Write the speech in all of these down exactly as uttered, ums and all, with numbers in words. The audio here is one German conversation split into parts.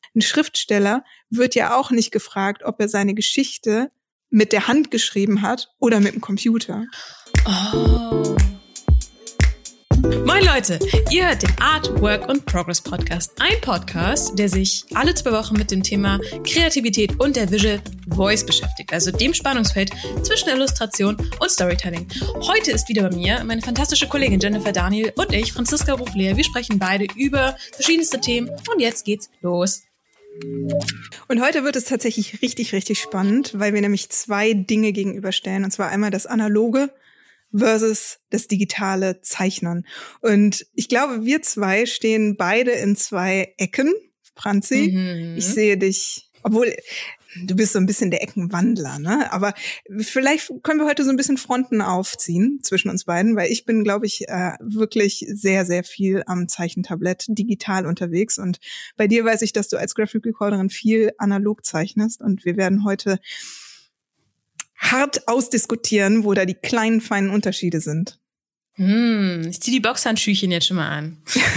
ein Schriftsteller wird ja auch nicht gefragt, ob er seine Geschichte mit der Hand geschrieben hat oder mit dem Computer. Oh. Moin Leute, ihr hört den Art, Work und Progress Podcast. Ein Podcast, der sich alle zwei Wochen mit dem Thema Kreativität und der Visual Voice beschäftigt. Also dem Spannungsfeld zwischen Illustration und Storytelling. Heute ist wieder bei mir meine fantastische Kollegin Jennifer Daniel und ich, Franziska Ruflehr. Wir sprechen beide über verschiedenste Themen und jetzt geht's los. Und heute wird es tatsächlich richtig, richtig spannend, weil wir nämlich zwei Dinge gegenüberstellen. Und zwar einmal das Analoge versus das digitale Zeichnen. Und ich glaube, wir zwei stehen beide in zwei Ecken. Franzi, mhm. Ich sehe dich, obwohl du bist so ein bisschen der Eckenwandler, ne? Aber vielleicht können wir heute so ein bisschen Fronten aufziehen zwischen uns beiden, weil ich bin, glaube ich, äh, wirklich sehr, sehr viel am Zeichentablett digital unterwegs. Und bei dir weiß ich, dass du als Graphic Recorderin viel analog zeichnest. Und wir werden heute hart ausdiskutieren, wo da die kleinen, feinen Unterschiede sind. Hm, ich zieh die Boxhandschüchen jetzt schon mal an.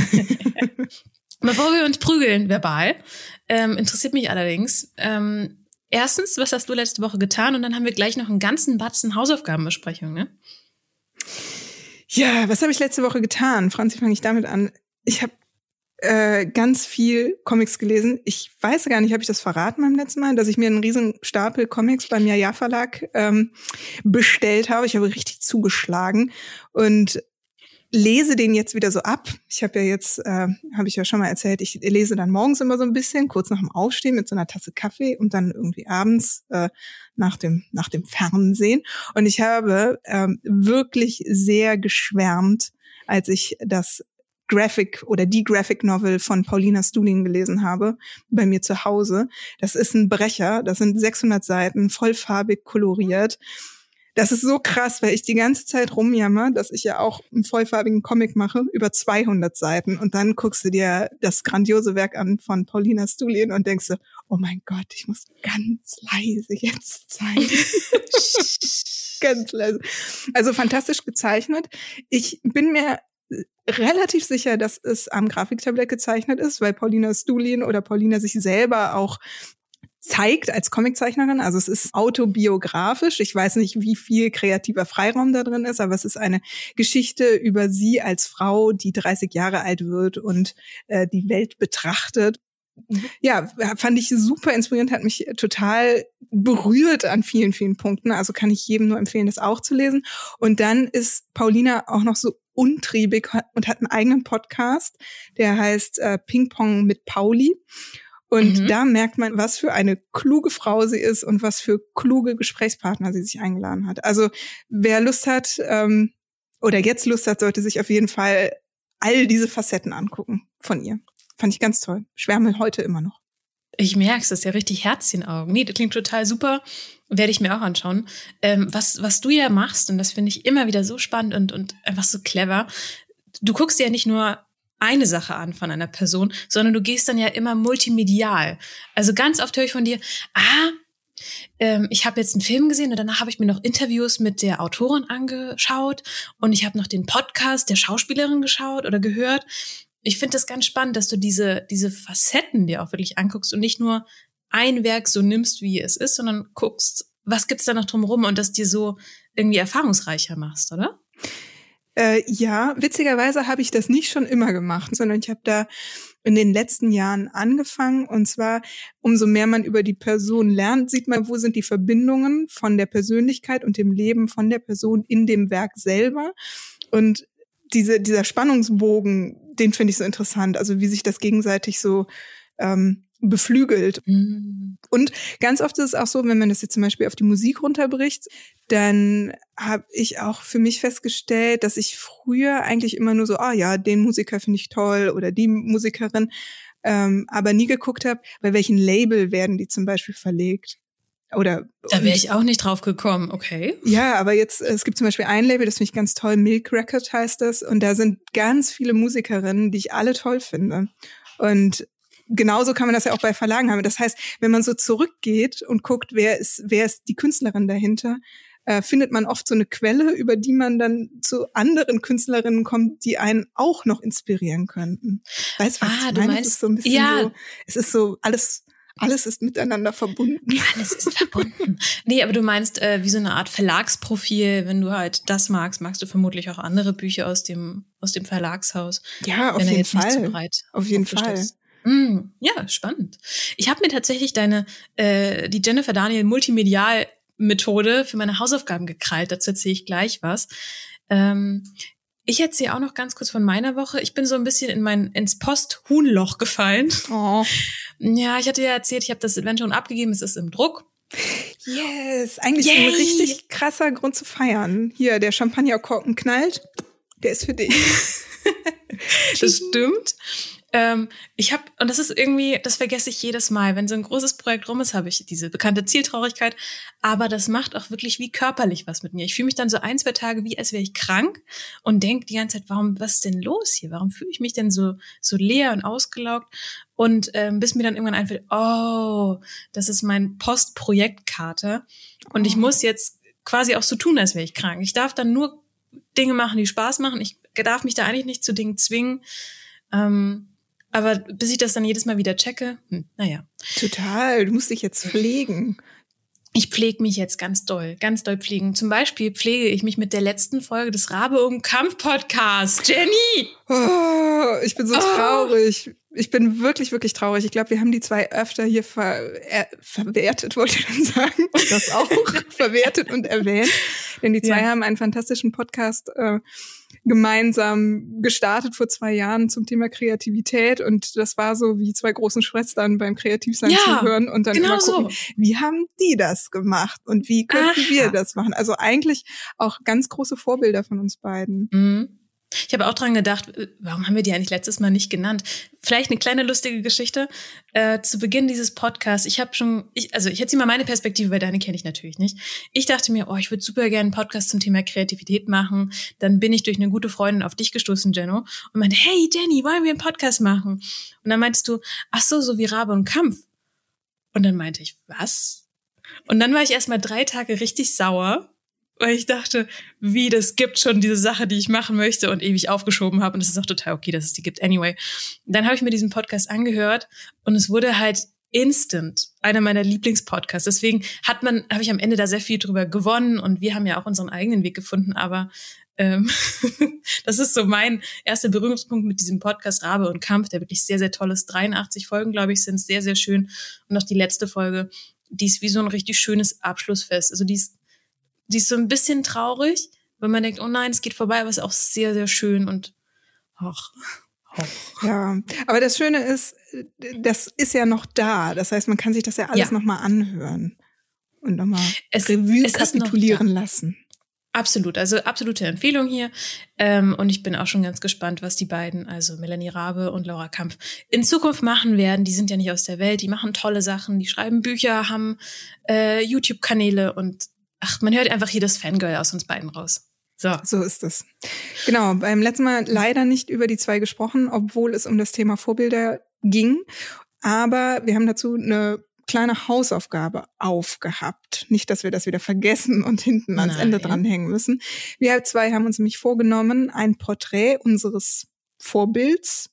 Bevor wir uns prügeln, verbal, ähm, interessiert mich allerdings, ähm, erstens, was hast du letzte Woche getan? Und dann haben wir gleich noch einen ganzen Batzen Hausaufgabenbesprechung, ne? Ja, was habe ich letzte Woche getan? Franzi, fange ich damit an. Ich habe Äh, ganz viel Comics gelesen. Ich weiß gar nicht, habe ich das verraten beim letzten Mal, dass ich mir einen riesen Stapel Comics beim Ja-Ja Verlag ähm, bestellt habe. Ich habe richtig zugeschlagen und lese den jetzt wieder so ab. Ich habe ja jetzt, äh, habe ich ja schon mal erzählt, ich lese dann morgens immer so ein bisschen, kurz nach dem Aufstehen mit so einer Tasse Kaffee und dann irgendwie abends äh, nach dem nach dem Fernsehen. Und ich habe ähm, wirklich sehr geschwärmt, als ich das Graphic oder die Graphic Novel von Paulina Stulin gelesen habe, bei mir zu Hause. Das ist ein Brecher, das sind sechshundert Seiten, vollfarbig koloriert. Das ist so krass, weil ich die ganze Zeit rumjammer, dass ich ja auch einen vollfarbigen Comic mache, über zweihundert Seiten. Und dann guckst du dir das grandiose Werk an von Paulina Stulin und denkst so, oh mein Gott, ich muss ganz leise jetzt zeigen. Ganz leise. Also fantastisch gezeichnet. Ich bin mir relativ sicher, dass es am Grafiktablett gezeichnet ist, weil Paulina Stulin oder Paulina sich selber auch zeigt als Comiczeichnerin. Also es ist autobiografisch. Ich weiß nicht, wie viel kreativer Freiraum da drin ist, aber es ist eine Geschichte über sie als Frau, die dreißig Jahre alt wird und äh, die Welt betrachtet. Ja, fand ich super inspirierend, hat mich total berührt an vielen, vielen Punkten. Also kann ich jedem nur empfehlen, das auch zu lesen. Und dann ist Paulina auch noch so untriebig und hat einen eigenen Podcast, der heißt äh, Ping Pong mit Pauli. Und mhm. da merkt man, was für eine kluge Frau sie ist und was für kluge Gesprächspartner sie sich eingeladen hat. Also wer Lust hat ähm, oder jetzt Lust hat, sollte sich auf jeden Fall all diese Facetten angucken von ihr. Fand ich ganz toll. Schwärme heute immer noch. Ich merk's, das ist ja richtig Herz in den Augen. Nee, das klingt total super. Werde ich mir auch anschauen. Ähm, was, was du ja machst, und das finde ich immer wieder so spannend und, und einfach so clever. Du guckst dir ja nicht nur eine Sache an von einer Person, sondern du gehst dann ja immer multimedial. Also ganz oft höre ich von dir, ah, ähm, ich habe jetzt einen Film gesehen und danach habe ich mir noch Interviews mit der Autorin angeschaut und ich habe noch den Podcast der Schauspielerin geschaut oder gehört. Ich finde das ganz spannend, dass du diese diese Facetten dir auch wirklich anguckst und nicht nur ein Werk so nimmst, wie es ist, sondern guckst, was gibt's da noch drumherum und das dir so irgendwie erfahrungsreicher machst, oder? Äh, ja, witzigerweise habe ich das nicht schon immer gemacht, sondern ich habe da in den letzten Jahren angefangen. Und zwar, umso mehr man über die Person lernt, sieht man, wo sind die Verbindungen von der Persönlichkeit und dem Leben von der Person in dem Werk selber. Und diese dieser Spannungsbogen, den finde ich so interessant. Also wie sich das gegenseitig so ähm, beflügelt. Mhm. Und ganz oft ist es auch so, wenn man das jetzt zum Beispiel auf die Musik runterbricht, dann habe ich auch für mich festgestellt, dass ich früher eigentlich immer nur so, ah ja, den Musiker finde ich toll oder die Musikerin, ähm, aber nie geguckt habe, bei welchen Label werden die zum Beispiel verlegt. Oder da wäre ich auch nicht drauf gekommen, okay. Ja, aber jetzt, es gibt zum Beispiel ein Label, das finde ich ganz toll, Milk Record heißt das, und da sind ganz viele Musikerinnen, die ich alle toll finde. Und genauso kann man das ja auch bei Verlagen haben. Das heißt, wenn man so zurückgeht und guckt, wer ist, wer ist die Künstlerin dahinter, äh, findet man oft so eine Quelle, über die man dann zu anderen Künstlerinnen kommt, die einen auch noch inspirieren könnten. Weißt du, was Ah, ich du meine? meinst- Es ist so ein bisschen ja. so, es ist so alles, alles ist miteinander verbunden. Alles ist verbunden. Nee, aber du meinst äh, wie so eine Art Verlagsprofil, wenn du halt das magst, magst du vermutlich auch andere Bücher aus dem aus dem Verlagshaus. Ja, auf wenn er jeden jetzt nicht zu Fall. breit Auf jeden aufgestellt Fall. ist. Mm, ja, spannend. Ich habe mir tatsächlich deine äh, die Jennifer Daniel Multimedial Methode für meine Hausaufgaben gekrallt. Dazu erzähle ich gleich was. Ähm, ich erzähle auch noch ganz kurz von meiner Woche. Ich bin so ein bisschen in mein ins Post-Huhnloch gefallen. Oh. Ja, ich hatte ja erzählt, ich habe das Event schon abgegeben, es ist im Druck. Yes, eigentlich Yay. ein richtig krasser Grund zu feiern. Hier, der Champagnerkorken knallt, der ist für dich. Das stimmt. Ähm, ich habe, und das ist irgendwie, das vergesse ich jedes Mal, wenn so ein großes Projekt rum ist, habe ich diese bekannte Zieltraurigkeit, aber das macht auch wirklich wie körperlich was mit mir. Ich fühle mich dann so ein, zwei Tage wie, als wäre ich krank und denke die ganze Zeit, warum, was ist denn los hier? Warum fühle ich mich denn so so leer und ausgelaugt? Und ähm, bis mir dann irgendwann einfällt, oh, das ist mein Postprojektkater und ich muss jetzt quasi auch so tun, als wäre ich krank. Ich darf dann nur Dinge machen, die Spaß machen. Ich darf mich da eigentlich nicht zu Dingen zwingen. Ähm, aber bis ich das dann jedes Mal wieder checke, hm, naja. Total, du musst dich jetzt pflegen. Ich pflege mich jetzt ganz doll, ganz doll pflegen. Zum Beispiel pflege ich mich mit der letzten Folge des Rabe um Kampf Podcast. Jenny! Oh, ich bin so Oh. traurig. Ich bin wirklich, wirklich traurig. Ich glaube, wir haben die zwei öfter hier ver äh, verwertet, wollte ich schon sagen. Das auch verwertet und erwähnt. Denn die zwei Ja. haben einen fantastischen Podcast äh, gemeinsam gestartet vor zwei Jahren zum Thema Kreativität. Und das war so wie zwei großen Schwestern beim Kreativsein Ja, zuhören und dann genau immer gucken, so. wie haben die das gemacht und wie könnten Aha. wir das machen? Also eigentlich auch ganz große Vorbilder von uns beiden. Mhm. Ich habe auch dran gedacht, warum haben wir die eigentlich letztes Mal nicht genannt? Vielleicht eine kleine lustige Geschichte. Äh, zu Beginn dieses Podcasts, ich habe schon, ich, also ich erzähle mal meine Perspektive, weil deine kenne ich natürlich nicht. Ich dachte mir, oh, ich würde super gerne einen Podcast zum Thema Kreativität machen. Dann bin ich durch eine gute Freundin auf dich gestoßen, Jenno, und meinte, hey Jenny, wollen wir einen Podcast machen? Und dann meintest du, ach so, so wie Rabe und Kampf. Und dann meinte ich, was? Und dann war ich erst mal drei Tage richtig sauer, weil ich dachte, wie, das gibt schon diese Sache, die ich machen möchte und ewig aufgeschoben habe. Und es ist auch total okay, dass es die gibt. Anyway, dann habe ich mir diesen Podcast angehört und es wurde halt instant einer meiner Lieblingspodcasts. Deswegen hat man, habe ich am Ende da sehr viel drüber gewonnen und wir haben ja auch unseren eigenen Weg gefunden. Aber ähm, das ist so mein erster Berührungspunkt mit diesem Podcast Rabe und Kampf, der wirklich sehr, sehr toll ist. dreiundachtzig Folgen, glaube ich, sind sehr, sehr schön. Und auch die letzte Folge, die ist wie so ein richtig schönes Abschlussfest. Also die ist Die ist so ein bisschen traurig, weil man denkt, oh nein, es geht vorbei, aber es ist auch sehr, sehr schön und ach, ach. Ja, aber das Schöne ist, das ist ja noch da. Das heißt, man kann sich das ja alles Ja. nochmal anhören und nochmal Es- Revue es ist noch kapitulieren da. lassen. Absolut, also absolute Empfehlung hier. Ähm, und ich bin auch schon ganz gespannt, was die beiden, also Melanie Rabe und Laura Kampf, in Zukunft machen werden. Die sind ja nicht aus der Welt, die machen tolle Sachen, die schreiben Bücher, haben äh, YouTube-Kanäle und ach, man hört einfach hier das Fangirl aus uns beiden raus. So. So ist es. Genau, beim letzten Mal leider nicht über die zwei gesprochen, obwohl es um das Thema Vorbilder ging. Aber wir haben dazu eine kleine Hausaufgabe aufgehabt. Nicht, dass wir das wieder vergessen und hinten ans Nein. Ende dranhängen müssen. Wir zwei haben uns nämlich vorgenommen, ein Porträt unseres Vorbilds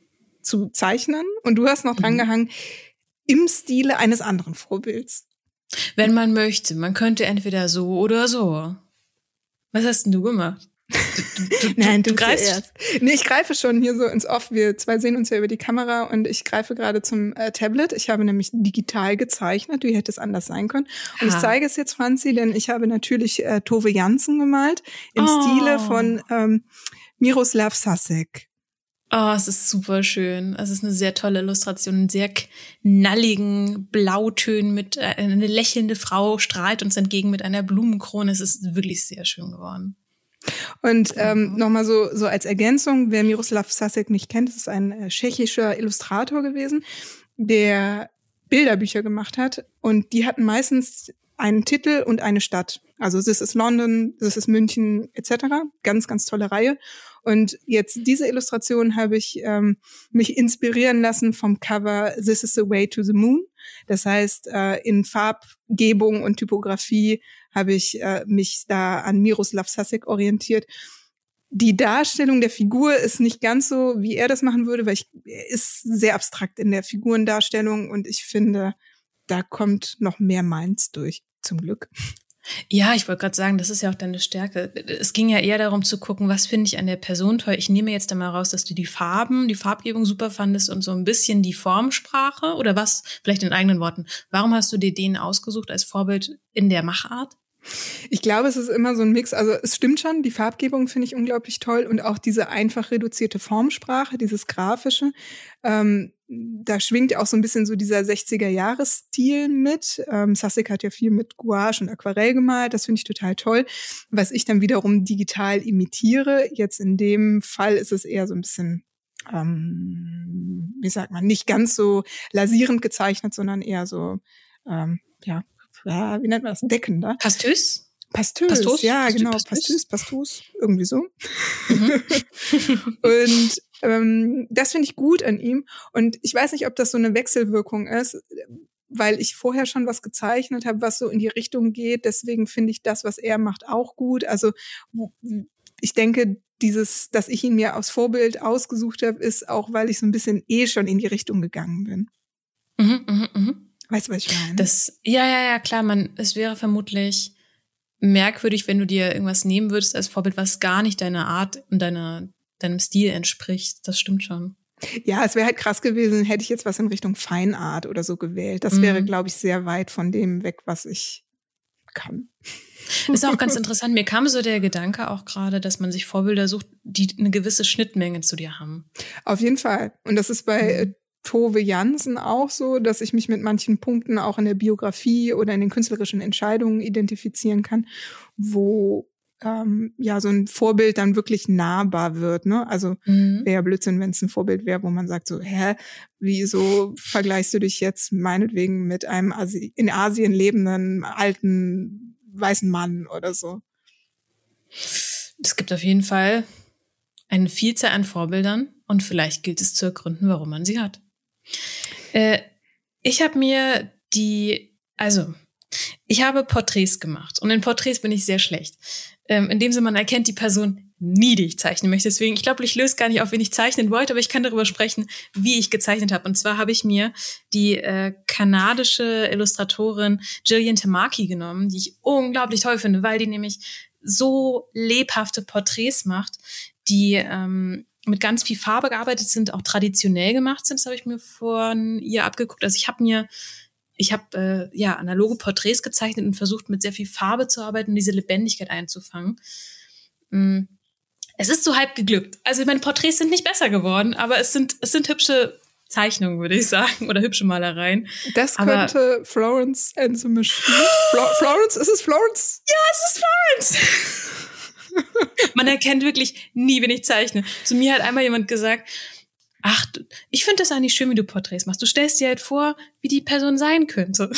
zu zeichnen. Und du hast noch Mhm. drangehangen, im Stile eines anderen Vorbilds. Wenn man möchte, man könnte entweder so oder so. Was hast denn du gemacht? Du, du, Nein, du, du du greifst. zuerst. Nee, ich greife schon hier so ins Off. Wir zwei sehen uns ja über die Kamera und ich greife gerade zum äh, Tablet. Ich habe nämlich digital gezeichnet. Wie hätte es anders sein können? Und ich Ha. zeige es jetzt, Franzi, denn ich habe natürlich äh, Tove Jansson gemalt im Oh. Stile von ähm, Miroslav Sasek. Oh, es ist super schön. Es ist eine sehr tolle Illustration, in sehr knalligen Blautönen mit äh, eine lächelnde Frau strahlt uns entgegen mit einer Blumenkrone. Es ist wirklich sehr schön geworden. Und ähm, Mhm. nochmal so, so als Ergänzung, wer Miroslav Sasek nicht kennt, das ist ein äh, tschechischer Illustrator gewesen, der Bilderbücher gemacht hat. Und die hatten meistens einen Titel und eine Stadt. Also This is London, This is München et cetera. Ganz, ganz tolle Reihe. Und jetzt diese Illustration habe ich ähm, mich inspirieren lassen vom Cover This is the Way to the Moon. Das heißt, äh, in Farbgebung und Typografie habe ich äh, mich da an Miroslav Sasek orientiert. Die Darstellung der Figur ist nicht ganz so, wie er das machen würde, weil ich, er ist sehr abstrakt in der Figurendarstellung und ich finde, da kommt noch mehr meins durch, zum Glück. Ja, ich wollte gerade sagen, das ist ja auch deine Stärke. Es ging ja eher darum zu gucken, was finde ich an der Person toll. Ich nehme jetzt einmal raus, dass du die Farben, die Farbgebung super fandest und so ein bisschen die Formsprache oder was, vielleicht in eigenen Worten. Warum hast du dir den ausgesucht als Vorbild in der Machart? Ich glaube, es ist immer so ein Mix. Also es stimmt schon, die Farbgebung finde ich unglaublich toll und auch diese einfach reduzierte Formsprache, dieses Grafische. Ähm, da schwingt auch so ein bisschen so dieser sechziger-Jahres-Stil mit. Ähm, Sasek hat ja viel mit Gouache und Aquarell gemalt. Das finde ich total toll. Was ich dann wiederum digital imitiere. Jetzt in dem Fall ist es eher so ein bisschen, ähm, wie sagt man, nicht ganz so lasierend gezeichnet, sondern eher so, ähm, ja, Ja, wie nennt man das? Deckender. Pastös? Pastös, Pastös? ja, Pastös? genau. Pastös, Pastös, irgendwie so. Mhm. Und ähm, das finde ich gut an ihm. Und ich weiß nicht, ob das so eine Wechselwirkung ist, weil ich vorher schon was gezeichnet habe, was so in die Richtung geht. Deswegen finde ich das, was er macht, auch gut. Also ich denke, dieses, dass ich ihn mir als Vorbild ausgesucht habe, ist auch, weil ich so ein bisschen eh schon in die Richtung gegangen bin. Mhm, mhm, mhm. Weißt du, was ich meine? Das, ja, ja, ja, klar, man, es wäre vermutlich merkwürdig, wenn du dir irgendwas nehmen würdest als Vorbild, was gar nicht deiner Art und deiner, deinem Stil entspricht. Das stimmt schon. Ja, es wäre halt krass gewesen, hätte ich jetzt was in Richtung Feinart oder so gewählt. Das wäre, mhm. glaube ich, sehr weit von dem weg, was ich kann. Ist auch ganz interessant. Mir kam so der Gedanke auch gerade, dass man sich Vorbilder sucht, die eine gewisse Schnittmenge zu dir haben. Auf jeden Fall. Und das ist bei mhm. Tove Jansson auch so, dass ich mich mit manchen Punkten auch in der Biografie oder in den künstlerischen Entscheidungen identifizieren kann, wo ähm, ja so ein Vorbild dann wirklich nahbar wird. Ne? Also mhm. wäre ja Blödsinn, wenn es ein Vorbild wäre, wo man sagt so, hä, wieso vergleichst du dich jetzt meinetwegen mit einem Asi- in Asien lebenden alten weißen Mann oder so? Es gibt auf jeden Fall eine Vielzahl an Vorbildern und vielleicht gilt es zu ergründen, warum man sie hat. Äh, ich habe mir die, also ich habe Porträts gemacht und in Porträts bin ich sehr schlecht. Ähm, in dem Sinne, man erkennt die Person nie, die ich zeichnen möchte. Deswegen, ich glaube, ich löse gar nicht auf, wen ich zeichnen wollte, aber ich kann darüber sprechen, wie ich gezeichnet habe. Und zwar habe ich mir die äh, kanadische Illustratorin Gillian Tamaki genommen, die ich unglaublich toll finde, weil die nämlich so lebhafte Porträts macht, die ähm, mit ganz viel Farbe gearbeitet sind, auch traditionell gemacht sind. Das habe ich mir von ihr abgeguckt. Also ich habe mir, ich habe äh, ja analoge Porträts gezeichnet und versucht, mit sehr viel Farbe zu arbeiten und diese Lebendigkeit einzufangen. Mm. Es ist so halb geglückt. Also meine Porträts sind nicht besser geworden, aber es sind es sind hübsche Zeichnungen, würde ich sagen, oder hübsche Malereien. Das könnte aber Florence and the Machine. Flo- Florence, ist es Florence? Ja, es ist Florence. Man erkennt wirklich nie, wenn ich zeichne. Zu mir hat einmal jemand gesagt, ach, ich finde das eigentlich schön, wie du Porträts machst. Du stellst dir halt vor, wie die Person sein könnte.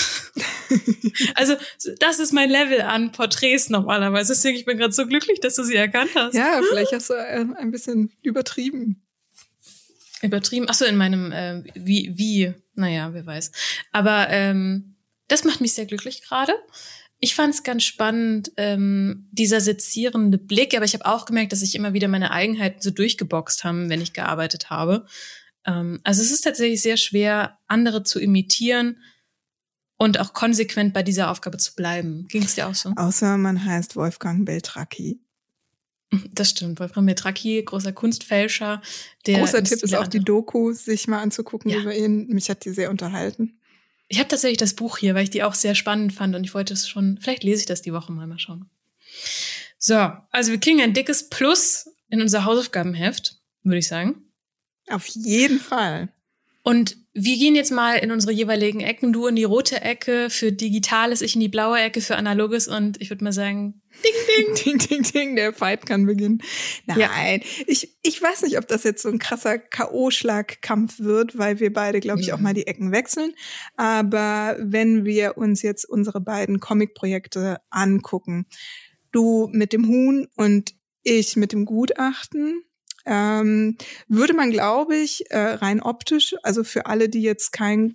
Also das ist mein Level an Porträts normalerweise. Deswegen, ich bin gerade so glücklich, dass du sie erkannt hast. Ja, vielleicht hast du äh, ein bisschen übertrieben. Übertrieben? Ach so, in meinem, äh, wie, wie, naja, wer weiß. Aber ähm, das macht mich sehr glücklich gerade. Ich fand es ganz spannend, ähm, dieser sezierende Blick, aber ich habe auch gemerkt, dass sich immer wieder meine Eigenheiten so durchgeboxt haben, wenn ich gearbeitet habe. Ähm, also es ist tatsächlich sehr schwer, andere zu imitieren und auch konsequent bei dieser Aufgabe zu bleiben. Ging es dir auch so? Außer man heißt Wolfgang Beltracchi. Das stimmt, Wolfgang Beltracchi, großer Kunstfälscher. Der Großer Tipp ist auch die Doku, sich mal anzugucken ja. über ihn. Mich hat die sehr unterhalten. Ich habe tatsächlich das Buch hier, weil ich die auch sehr spannend fand und ich wollte es schon, vielleicht lese ich das die Woche mal, mal schauen. So, also wir kriegen ein dickes Plus in unser Hausaufgabenheft, würde ich sagen. Auf jeden Fall. Und wir gehen jetzt mal in unsere jeweiligen Ecken, du in die rote Ecke für Digitales, ich in die blaue Ecke für Analoges und ich würde mal sagen, ding, ding. Ding, ding, ding, der Fight kann beginnen. Nein, ja. ich, ich weiß nicht, ob das jetzt so ein krasser K O-Schlagkampf wird, weil wir beide, glaube ich, mhm. auch mal die Ecken wechseln. Aber wenn wir uns jetzt unsere beiden Comic-Projekte angucken, du mit dem Huhn und ich mit dem Gutachten, ähm, würde man, glaube ich, äh, rein optisch, also für alle, die jetzt kein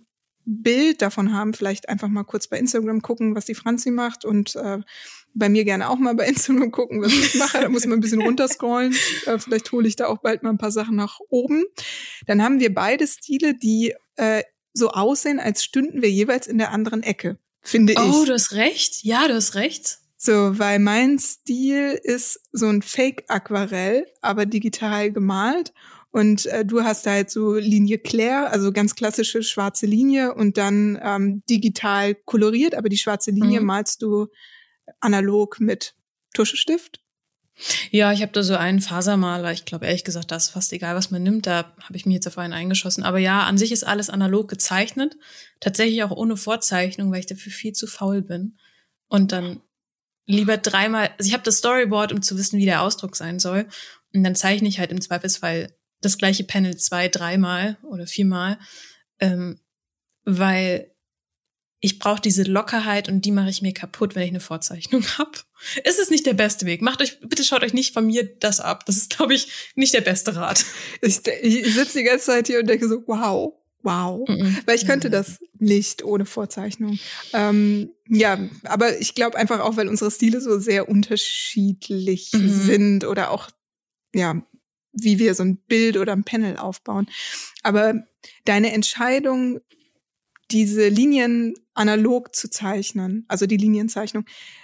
Bild davon haben, vielleicht einfach mal kurz bei Instagram gucken, was die Franzi macht und äh, bei mir gerne auch mal bei Instagram gucken, was ich mache. Da muss man ein bisschen runterscrollen. Äh, vielleicht hole ich da auch bald mal ein paar Sachen nach oben. Dann haben wir beide Stile, die äh, so aussehen, als stünden wir jeweils in der anderen Ecke, finde ich. Oh, du hast recht. Ja, du hast recht. So, weil mein Stil ist so ein Fake-Aquarell, aber digital gemalt. Und äh, du hast da halt so Linie Claire, also ganz klassische schwarze Linie und dann ähm, digital koloriert, aber die schwarze Linie mhm. malst du analog mit Tuschestift. Ja, ich habe da so einen Fasermaler. Ich glaube, ehrlich gesagt, da ist fast egal, was man nimmt. Da habe ich mich jetzt auf einen eingeschossen. Aber ja, an sich ist alles analog gezeichnet. Tatsächlich auch ohne Vorzeichnung, weil ich dafür viel zu faul bin. Und dann lieber dreimal, also ich habe das Storyboard, um zu wissen, wie der Ausdruck sein soll. Und dann zeichne ich halt im Zweifelsfall das gleiche Panel zwei, dreimal oder viermal, ähm, weil ich brauche diese Lockerheit und die mache ich mir kaputt, wenn ich eine Vorzeichnung habe. Ist es nicht der beste Weg? Macht euch, bitte schaut euch nicht von mir das ab. Das ist, glaube ich, nicht der beste Rat. Ich, ich sitze die ganze Zeit hier und denke so, wow, wow. Mm-mm. Weil ich könnte das nicht ohne Vorzeichnung. Ähm, ja, aber ich glaube einfach auch, weil unsere Stile so sehr unterschiedlich mhm. sind oder auch, ja, wie wir so ein Bild oder ein Panel aufbauen. Aber deine Entscheidung, diese Linien analog zu zeichnen, also die Linienzeichnung,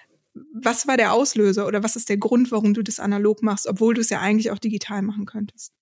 was war der Auslöser oder was ist der Grund, warum du das analog machst, obwohl du es ja eigentlich auch digital machen könntest?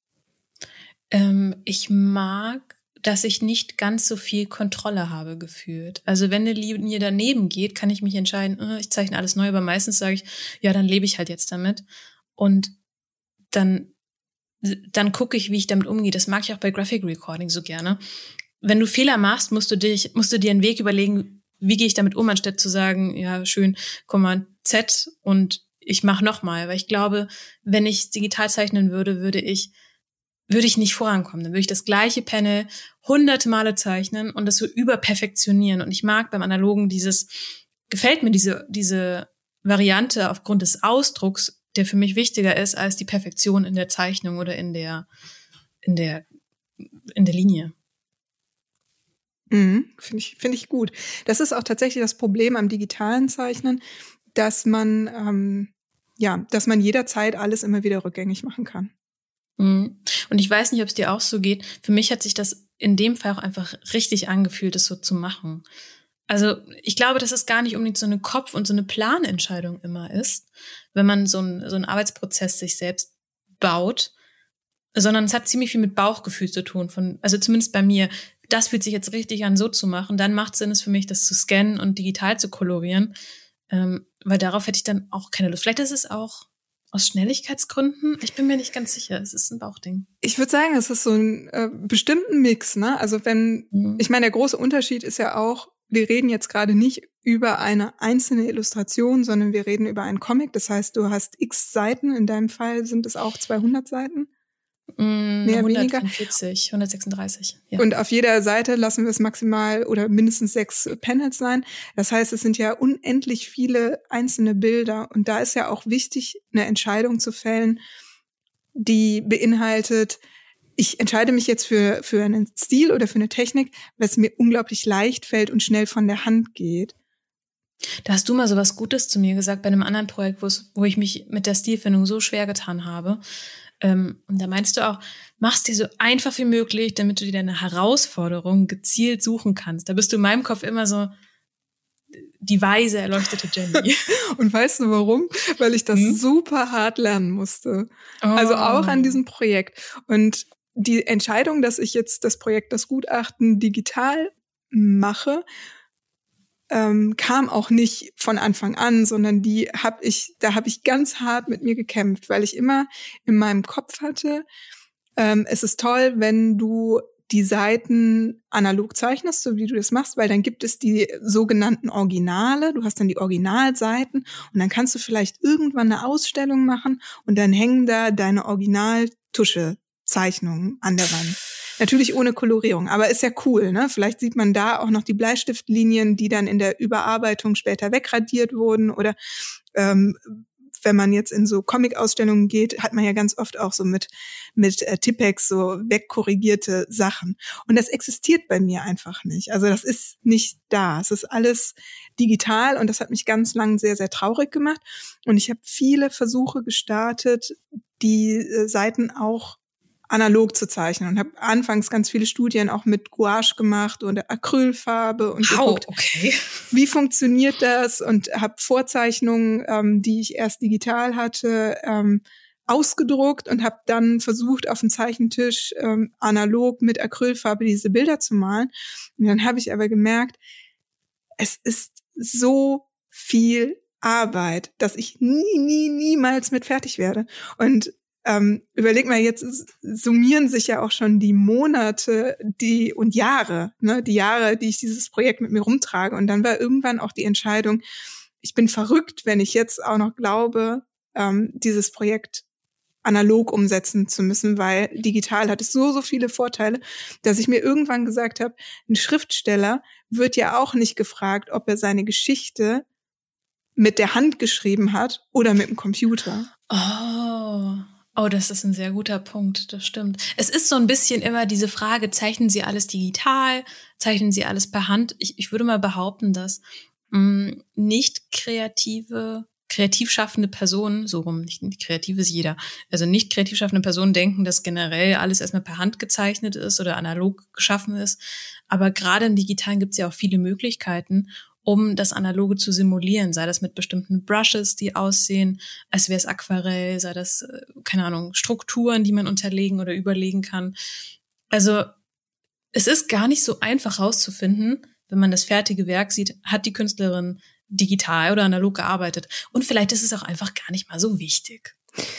Ähm, ich mag, dass ich nicht ganz so viel Kontrolle habe gefühlt. Also wenn eine Linie daneben geht, kann ich mich entscheiden, äh, ich zeichne alles neu, aber meistens sage ich, ja, dann lebe ich halt jetzt damit. Und dann dann gucke ich, wie ich damit umgehe. Das mag ich auch bei Graphic Recording so gerne. Wenn du Fehler machst, musst du dich, musst du dir einen Weg überlegen, wie gehe ich damit um, anstatt zu sagen, ja, schön, Command Z und ich mache nochmal. Weil ich glaube, wenn ich digital zeichnen würde, würde ich, würde ich nicht vorankommen. Dann würde ich das gleiche Panel hunderte Male zeichnen und das so überperfektionieren. Und ich mag beim Analogen dieses, gefällt mir diese, diese Variante aufgrund des Ausdrucks, der für mich wichtiger ist als die Perfektion in der Zeichnung oder in der, in der, in der Linie. Mhm, finde ich, finde ich gut. Das ist auch tatsächlich das Problem am digitalen Zeichnen, dass man, ähm, ja, dass man jederzeit alles immer wieder rückgängig machen kann. Mhm. Und ich weiß nicht, ob es dir auch so geht. Für mich hat sich das in dem Fall auch einfach richtig angefühlt, das so zu machen. Also ich glaube, dass es gar nicht unbedingt so eine Kopf- und so eine Planentscheidung immer ist, wenn man so, ein, so einen Arbeitsprozess sich selbst baut, sondern es hat ziemlich viel mit Bauchgefühl zu tun. Von, also zumindest bei mir, das fühlt sich jetzt richtig an, so zu machen. Dann macht es Sinn, es für mich, das zu scannen und digital zu kolorieren, ähm, weil darauf hätte ich dann auch keine Lust. Vielleicht ist es auch aus Schnelligkeitsgründen. Ich bin mir nicht ganz sicher. Es ist ein Bauchding. Ich würde sagen, es ist so ein äh, bestimmten Mix, ne? Also wenn, mhm. ich meine, der große Unterschied ist ja auch, wir reden jetzt gerade nicht über eine einzelne Illustration, sondern wir reden über einen Comic. Das heißt, du hast x Seiten. In deinem Fall sind es auch zweihundert Seiten. Mm, Mehr hundertvierzig, hundertsechsunddreißig. Ja. Und auf jeder Seite lassen wir es maximal oder mindestens sechs Panels sein. Das heißt, es sind ja unendlich viele einzelne Bilder. Und da ist ja auch wichtig, eine Entscheidung zu fällen, die beinhaltet, ich entscheide mich jetzt für für einen Stil oder für eine Technik, was mir unglaublich leicht fällt und schnell von der Hand geht. Da hast du mal so was Gutes zu mir gesagt bei einem anderen Projekt, wo ich mich mit der Stilfindung so schwer getan habe. Ähm, und da meinst du auch, mach's dir so einfach wie möglich, damit du dir deine Herausforderungen gezielt suchen kannst. Da bist du in meinem Kopf immer so die weise, erleuchtete Jenny. Und weißt du warum? Weil ich das hm? super hart lernen musste. Oh. Also auch an diesem Projekt. Und die Entscheidung, dass ich jetzt das Projekt, das Gutachten digital mache, ähm, kam auch nicht von Anfang an, sondern die habe ich, da habe ich ganz hart mit mir gekämpft, weil ich immer in meinem Kopf hatte, ähm, es ist toll, wenn du die Seiten analog zeichnest, so wie du das machst, weil dann gibt es die sogenannten Originale, du hast dann die Originalseiten und dann kannst du vielleicht irgendwann eine Ausstellung machen und dann hängen da deine Originaltusche-Zeichnungen an der Wand. Natürlich ohne Kolorierung, aber ist ja cool, ne? Vielleicht sieht man da auch noch die Bleistiftlinien, die dann in der Überarbeitung später wegradiert wurden oder ähm, wenn man jetzt in so Comic-Ausstellungen geht, hat man ja ganz oft auch so mit mit äh, Tippex so wegkorrigierte Sachen. Und das existiert bei mir einfach nicht. Also das ist nicht da. Es ist alles digital und das hat mich ganz lang sehr, sehr traurig gemacht. Und ich habe viele Versuche gestartet, die äh, Seiten auch analog zu zeichnen und habe anfangs ganz viele Studien auch mit Gouache gemacht oder Acrylfarbe und wow, geguckt, okay. wie funktioniert das, und habe Vorzeichnungen, ähm, die ich erst digital hatte, ähm, ausgedruckt und habe dann versucht, auf dem Zeichentisch ähm, analog mit Acrylfarbe diese Bilder zu malen. Und dann habe ich aber gemerkt, es ist so viel Arbeit, dass ich nie, nie, niemals mit fertig werde. Und Ähm, überleg mal, jetzt summieren sich ja auch schon die Monate, die und Jahre, ne, die Jahre, die ich dieses Projekt mit mir rumtrage. Und dann war irgendwann auch die Entscheidung, ich bin verrückt, wenn ich jetzt auch noch glaube, ähm, dieses Projekt analog umsetzen zu müssen, weil digital hat es so, so viele Vorteile, dass ich mir irgendwann gesagt habe, ein Schriftsteller wird ja auch nicht gefragt, ob er seine Geschichte mit der Hand geschrieben hat oder mit dem Computer. Oh. Oh, das ist ein sehr guter Punkt, das stimmt. Es ist so ein bisschen immer diese Frage, zeichnen Sie alles digital, zeichnen Sie alles per Hand? Ich, ich würde mal behaupten, dass mh, nicht kreative, kreativ schaffende Personen, so rum, nicht, nicht kreativ ist jeder, also nicht kreativ schaffende Personen denken, dass generell alles erstmal per Hand gezeichnet ist oder analog geschaffen ist. Aber gerade im Digitalen gibt es ja auch viele Möglichkeiten, um das Analoge zu simulieren, sei das mit bestimmten Brushes, die aussehen, als wäre es Aquarell, sei das, keine Ahnung, Strukturen, die man unterlegen oder überlegen kann. Also es ist gar nicht so einfach rauszufinden, wenn man das fertige Werk sieht, hat die Künstlerin digital oder analog gearbeitet. Und vielleicht ist es auch einfach gar nicht mal so wichtig.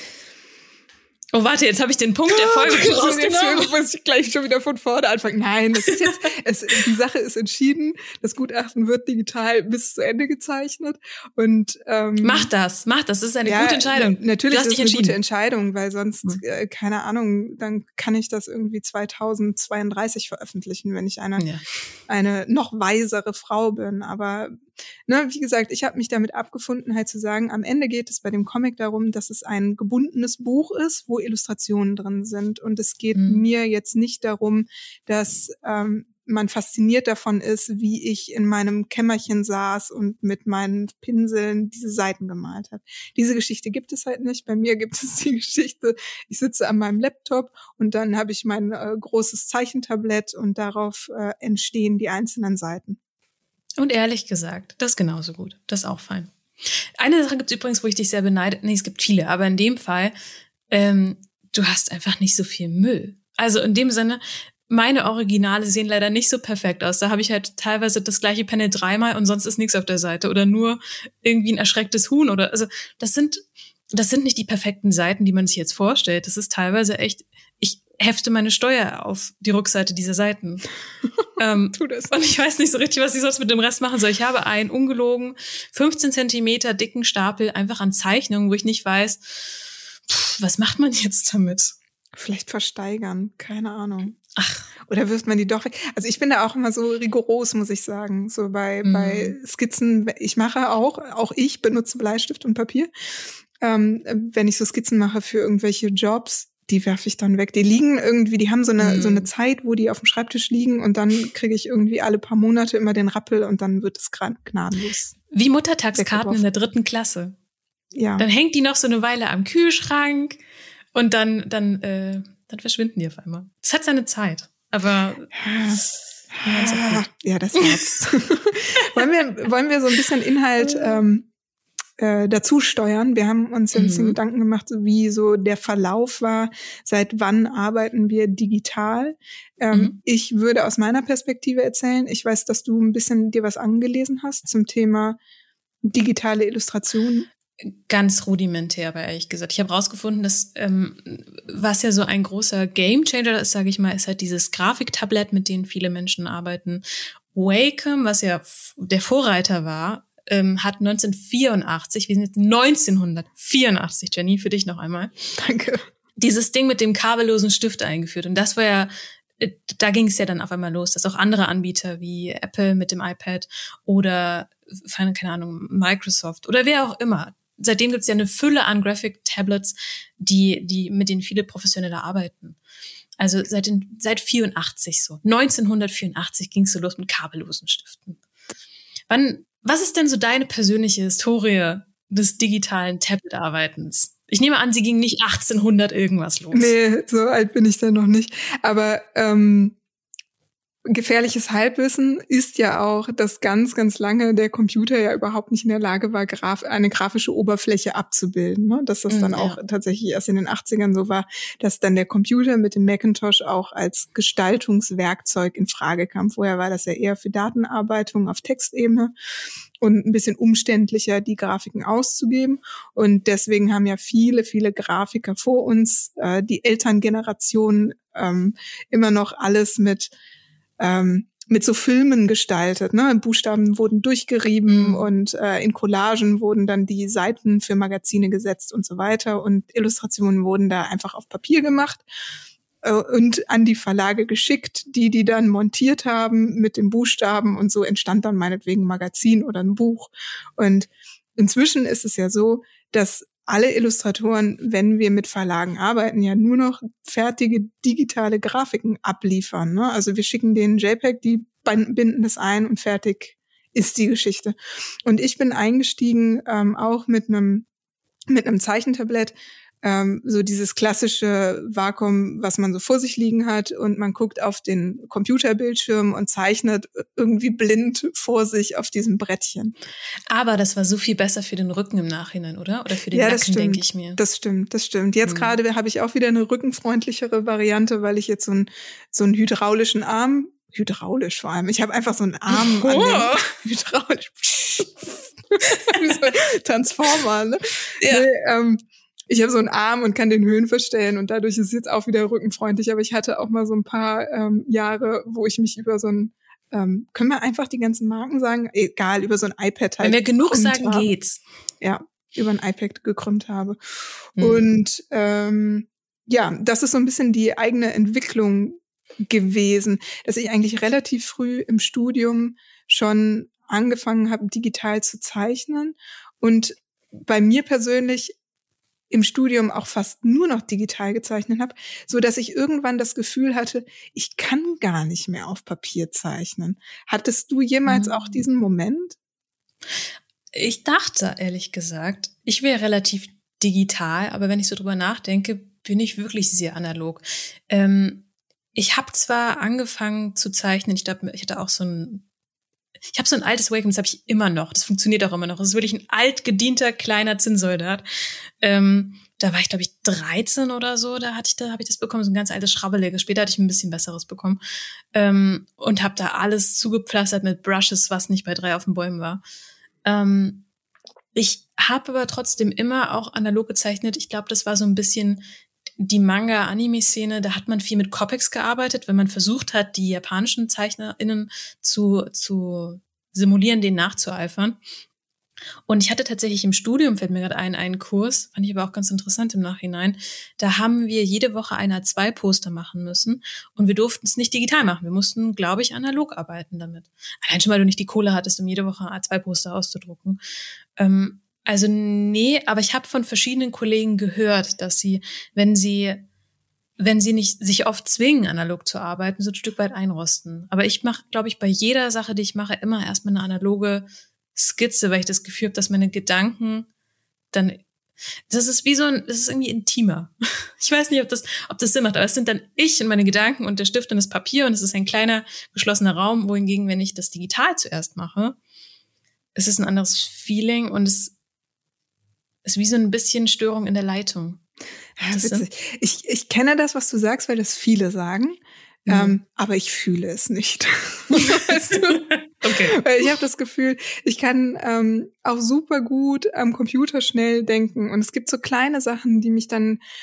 Oh, warte, jetzt habe ich den Punkt der Folge rausgenommen. Jetzt muss ich gleich schon wieder von vorne anfangen. Nein, das ist jetzt, es, die Sache ist entschieden. Das Gutachten wird digital bis zu Ende gezeichnet. Und ähm, mach das, mach das. Das ist eine ja, gute Entscheidung. N- natürlich du hast ist dich es eine gute Entscheidung, weil sonst, hm. äh, keine Ahnung, dann kann ich das irgendwie zweitausendzweiunddreißig veröffentlichen, wenn ich eine, ja. eine noch weisere Frau bin. Aber ne, wie gesagt, ich habe mich damit abgefunden, halt zu sagen, am Ende geht es bei dem Comic darum, dass es ein gebundenes Buch ist, wo Illustrationen drin sind. Und es geht mhm. mir jetzt nicht darum, dass ähm, man fasziniert davon ist, wie ich in meinem Kämmerchen saß und mit meinen Pinseln diese Seiten gemalt habe. Diese Geschichte gibt es halt nicht. Bei mir gibt es die Geschichte, ich sitze an meinem Laptop und dann habe ich mein äh, großes Zeichentablett und darauf äh, entstehen die einzelnen Seiten. Und ehrlich gesagt, das ist genauso gut. Das ist auch fein. Eine Sache gibt es übrigens, wo ich dich sehr beneide. Nee, es gibt viele, aber in dem Fall, ähm, du hast einfach nicht so viel Müll. Also in dem Sinne, meine Originale sehen leider nicht so perfekt aus. Da habe ich halt teilweise das gleiche Panel dreimal und sonst ist nichts auf der Seite. Oder nur irgendwie ein erschrecktes Huhn. Oder also das sind, das sind nicht die perfekten Seiten, die man sich jetzt vorstellt. Das ist teilweise echt, ich hefte meine Steuer auf die Rückseite dieser Seiten. ähm, tu das. Und ich weiß nicht so richtig, was ich sonst mit dem Rest machen soll. Ich habe einen ungelogen fünfzehn Zentimeter dicken Stapel einfach an Zeichnungen, wo ich nicht weiß, pff, was macht man jetzt damit? Vielleicht versteigern, keine Ahnung. Ach. Oder wirft man die doch weg? Also ich bin da auch immer so rigoros, muss ich sagen. So bei, mm. bei Skizzen, ich mache auch, auch ich benutze Bleistift und Papier. Ähm, wenn ich so Skizzen mache für irgendwelche Jobs, die werfe ich dann weg. Die liegen irgendwie, die haben so eine, mm. so eine Zeit, wo die auf dem Schreibtisch liegen und dann kriege ich irgendwie alle paar Monate immer den Rappel und dann wird es gnadenlos. Wie Muttertagskarten in der dritten Klasse. Ja. Dann hängt die noch so eine Weile am Kühlschrank und dann, dann, äh, dann verschwinden die auf einmal. Das hat seine Zeit, aber ja, ja das war's. wollen wir, wollen wir so ein bisschen Inhalt ähm, äh, dazu steuern? Wir haben uns ja ein bisschen mhm. Gedanken gemacht, so wie so der Verlauf war. Seit wann arbeiten wir digital? Ähm, mhm. Ich würde aus meiner Perspektive erzählen. Ich weiß, dass du ein bisschen dir was angelesen hast zum Thema digitale Illustration. Ganz rudimentär, aber ehrlich gesagt. Ich habe rausgefunden, dass ähm, was ja so ein großer Gamechanger ist, sage ich mal, ist halt dieses Grafiktablett, mit dem viele Menschen arbeiten. Wacom, was ja f- der Vorreiter war, ähm, hat neunzehnhundertvierundachtzig, wir sind jetzt neunzehnhundertvierundachtzig, Jenny, für dich noch einmal. Danke. Dieses Ding mit dem kabellosen Stift eingeführt. Und das war ja, da ging es ja dann auf einmal los, dass auch andere Anbieter wie Apple mit dem iPad oder, keine Ahnung, Microsoft oder wer auch immer, seitdem gibt es ja eine Fülle an Graphic-Tablets, die, die, mit denen viele Professionelle arbeiten. Also seit, den, seit vierundachtzig so. neunzehnhundertvierundachtzig ging es so los mit kabellosen Stiften. Wann, was ist denn so deine persönliche Historie des digitalen Tablet-Arbeitens? Ich nehme an, sie ging nicht achtzehnhundert irgendwas los. Nee, so alt bin ich dann noch nicht. Aber ähm, gefährliches Halbwissen ist ja auch, dass ganz, ganz lange der Computer ja überhaupt nicht in der Lage war, graf- eine grafische Oberfläche abzubilden. Ne? Dass das dann mm, auch ja. tatsächlich erst in den achtzigern so war, dass dann der Computer mit dem Macintosh auch als Gestaltungswerkzeug in Frage kam. Vorher war das ja eher für Datenarbeitung auf Textebene und ein bisschen umständlicher, die Grafiken auszugeben. Und deswegen haben ja viele, viele Grafiker vor uns, äh, die Elterngeneration, ähm, immer noch alles mit Ähm, mit so Filmen gestaltet, ne? Buchstaben wurden durchgerieben mhm. und äh, in Collagen wurden dann die Seiten für Magazine gesetzt und so weiter und Illustrationen wurden da einfach auf Papier gemacht äh, und an die Verlage geschickt, die die dann montiert haben mit den Buchstaben und so entstand dann meinetwegen ein Magazin oder ein Buch. Und inzwischen ist es ja so, dass alle Illustratoren, wenn wir mit Verlagen arbeiten, ja nur noch fertige digitale Grafiken abliefern. Ne? Also wir schicken denen JPEG, die binden das ein und fertig ist die Geschichte. Und ich bin eingestiegen ähm, auch mit einem mit einem Zeichentablett, ähm, so dieses klassische Vakuum, was man so vor sich liegen hat und man guckt auf den Computerbildschirm und zeichnet irgendwie blind vor sich auf diesem Brettchen. Aber das war so viel besser für den Rücken im Nachhinein, oder? Oder für den ja, Nacken, denke ich mir. Das stimmt, das stimmt. Jetzt hm. gerade habe ich auch wieder eine rückenfreundlichere Variante, weil ich jetzt so einen so einen hydraulischen Arm, hydraulisch vor allem, ich habe einfach so einen Arm oh. an den, hydraulisch, wie so ein Transformer, ne? Ja. Nee, ähm, ich habe so einen Arm und kann den Höhen verstellen und dadurch ist es jetzt auch wieder rückenfreundlich. Aber ich hatte auch mal so ein paar ähm, Jahre, wo ich mich über so ein, ähm, können wir einfach die ganzen Marken sagen? Egal, über so ein iPad halt. Wenn wir genug sagen, habe. geht's. Ja, über ein iPad gekrümmt habe. Mhm. Und ähm, ja, das ist so ein bisschen die eigene Entwicklung gewesen, dass ich eigentlich relativ früh im Studium schon angefangen habe, digital zu zeichnen und bei mir persönlich im Studium auch fast nur noch digital gezeichnet habe, so dass ich irgendwann das Gefühl hatte, ich kann gar nicht mehr auf Papier zeichnen. Hattest du jemals mhm. auch diesen Moment? Ich dachte, ehrlich gesagt, ich wäre relativ digital, aber wenn ich so drüber nachdenke, bin ich wirklich sehr analog. Ähm, ich habe zwar angefangen zu zeichnen, ich glaube, ich hatte auch so ein Ich habe so ein altes Wacom, das habe ich immer noch. Das funktioniert auch immer noch. Das ist wirklich ein altgedienter kleiner Zinnsoldat. Ähm, da war ich, glaube ich, dreizehn oder so. Da hatte ich, da habe ich das bekommen, so ein ganz altes Schrabbeliges. Später hatte ich ein bisschen besseres bekommen ähm, und habe da alles zugepflastert mit Brushes, was nicht bei drei auf den Bäumen war. Ähm, ich habe aber trotzdem immer auch analog gezeichnet. Ich glaube, das war so ein bisschen die Manga-Anime-Szene, da hat man viel mit Copics gearbeitet, wenn man versucht hat, die japanischen ZeichnerInnen zu, zu simulieren, denen nachzueifern. Und ich hatte tatsächlich im Studium, fällt mir gerade ein, einen Kurs, fand ich aber auch ganz interessant im Nachhinein, da haben wir jede Woche ein A zwei Poster machen müssen und wir durften es nicht digital machen. Wir mussten, glaube ich, analog arbeiten damit. Allein schon, weil du nicht die Kohle hattest, um jede Woche ein A zwei Poster auszudrucken. Ähm, Also nee, aber ich habe von verschiedenen Kollegen gehört, dass sie, wenn sie, wenn sie nicht sich oft zwingen, analog zu arbeiten, so ein Stück weit einrosten. Aber ich mache, glaube ich, bei jeder Sache, die ich mache, immer erstmal eine analoge Skizze, weil ich das Gefühl habe, dass meine Gedanken dann, das ist wie so ein, das ist irgendwie intimer. Ich weiß nicht, ob das, ob das Sinn macht, aber es sind dann ich und meine Gedanken und der Stift und das Papier und es ist ein kleiner geschlossener Raum, wohingegen, wenn ich das digital zuerst mache, es ist ein anderes Feeling und es ist wie so ein bisschen Störung in der Leitung. Ja, witzig. Ich, ich kenne das, was du sagst, weil das viele sagen, mhm. ähm, aber ich fühle es nicht. Weißt du? Okay. Weil ich habe das Gefühl, ich kann ähm, auch super gut am Computer schnell denken und es gibt so kleine Sachen, die mich dann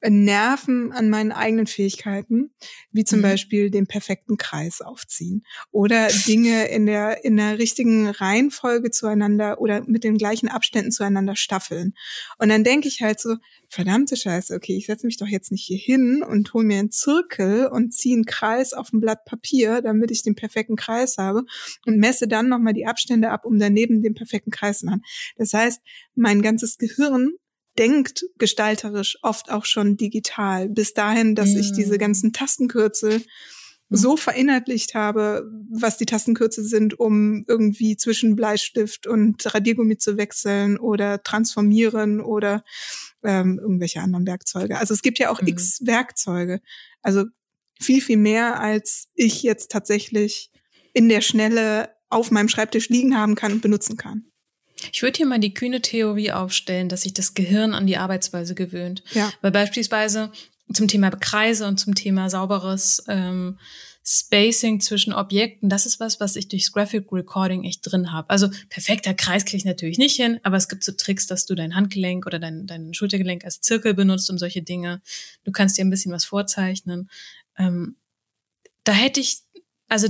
nerven an meinen eigenen Fähigkeiten, wie zum mhm. Beispiel den perfekten Kreis aufziehen oder Dinge in der in der richtigen Reihenfolge zueinander oder mit den gleichen Abständen zueinander staffeln. Und dann denke ich halt so, verdammte Scheiße, okay, ich setze mich doch jetzt nicht hier hin und hole mir einen Zirkel und ziehe einen Kreis auf ein Blatt Papier, damit ich den perfekten Kreis habe und messe dann nochmal die Abstände ab, um daneben den perfekten Kreis zu machen. Das heißt, mein ganzes Gehirn denkt gestalterisch oft auch schon digital, bis dahin, dass mm. ich diese ganzen Tastenkürzel mm. so verinnerlicht habe, was die Tastenkürzel sind, um irgendwie zwischen Bleistift und Radiergummi zu wechseln oder transformieren oder ähm, irgendwelche anderen Werkzeuge. Also es gibt ja auch mm. x Werkzeuge. Also viel, viel mehr, als ich jetzt tatsächlich in der Schnelle auf meinem Schreibtisch liegen haben kann und benutzen kann. Ich würde hier mal die kühne Theorie aufstellen, dass sich das Gehirn an die Arbeitsweise gewöhnt. Ja. Weil beispielsweise zum Thema Kreise und zum Thema sauberes ähm, Spacing zwischen Objekten, das ist was, was ich durchs Graphic Recording echt drin habe. Also perfekter Kreis kriege ich natürlich nicht hin, aber es gibt so Tricks, dass du dein Handgelenk oder dein, dein Schultergelenk als Zirkel benutzt und solche Dinge. Du kannst dir ein bisschen was vorzeichnen. Ähm, da hätte ich, also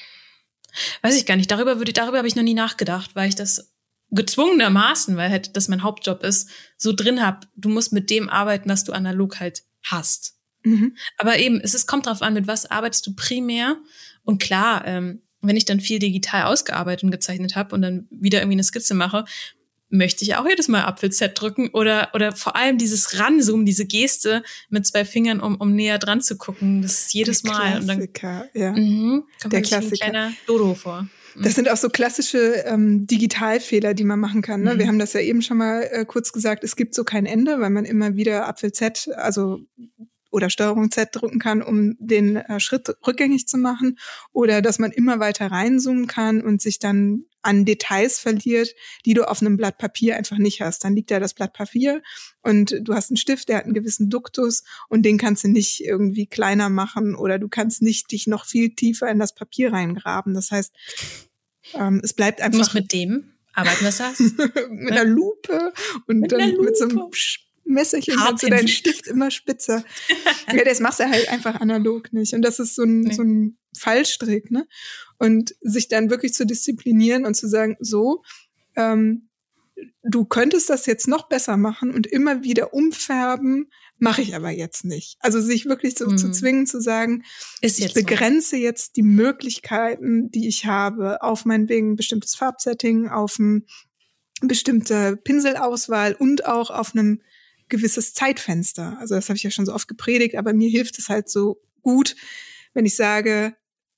weiß ich gar nicht, darüber würde, darüber habe ich noch nie nachgedacht, weil ich das gezwungenermaßen, weil halt das mein Hauptjob ist, so drin hab, du musst mit dem arbeiten, was du analog halt hast. Mhm. Aber eben, es ist, kommt drauf an, mit was arbeitest du primär. Und klar, ähm, wenn ich dann viel digital ausgearbeitet und gezeichnet habe und dann wieder irgendwie eine Skizze mache, möchte ich auch jedes Mal Apfel-Z drücken oder oder vor allem dieses Ranzoomen, diese Geste mit zwei Fingern, um um näher dran zu gucken. Das ist jedes Der Mal. Klassiker, und dann, ja. Mhm, kommt Der Klassiker. Ein kleiner Dodo vor. Das sind auch so klassische ähm, Digitalfehler, die man machen kann. Ne? Mhm. Wir haben das ja eben schon mal äh, kurz gesagt, es gibt so kein Ende, weil man immer wieder Apfel-Z, also oder Steuerung Z drücken kann, um den äh, Schritt rückgängig zu machen. Oder dass man immer weiter reinzoomen kann und sich dann an Details verliert, die du auf einem Blatt Papier einfach nicht hast. Dann liegt da das Blatt Papier und du hast einen Stift, der hat einen gewissen Duktus und den kannst du nicht irgendwie kleiner machen oder du kannst nicht dich noch viel tiefer in das Papier reingraben. Das heißt, ähm, es bleibt einfach... Du musst mit dem arbeiten, was hast mit einer Lupe und mit dann Lupe. Mit so einem Messerchen kannst du deinen Stift immer spitzer. Ja, das machst du halt einfach analog nicht. Und das ist so ein, nee. so ein Fallstrick, ne? Und sich dann wirklich zu disziplinieren und zu sagen, so, ähm, du könntest das jetzt noch besser machen und immer wieder umfärben, mache ich aber jetzt nicht. Also sich wirklich so mhm. zu zwingen, zu sagen, ist ich begrenze mal. jetzt die Möglichkeiten, die ich habe, auf meinetwegen ein bestimmtes Farbsetting, auf eine bestimmte Pinselauswahl und auch auf einem gewisses Zeitfenster. Also das habe ich ja schon so oft gepredigt, aber mir hilft es halt so gut, wenn ich sage,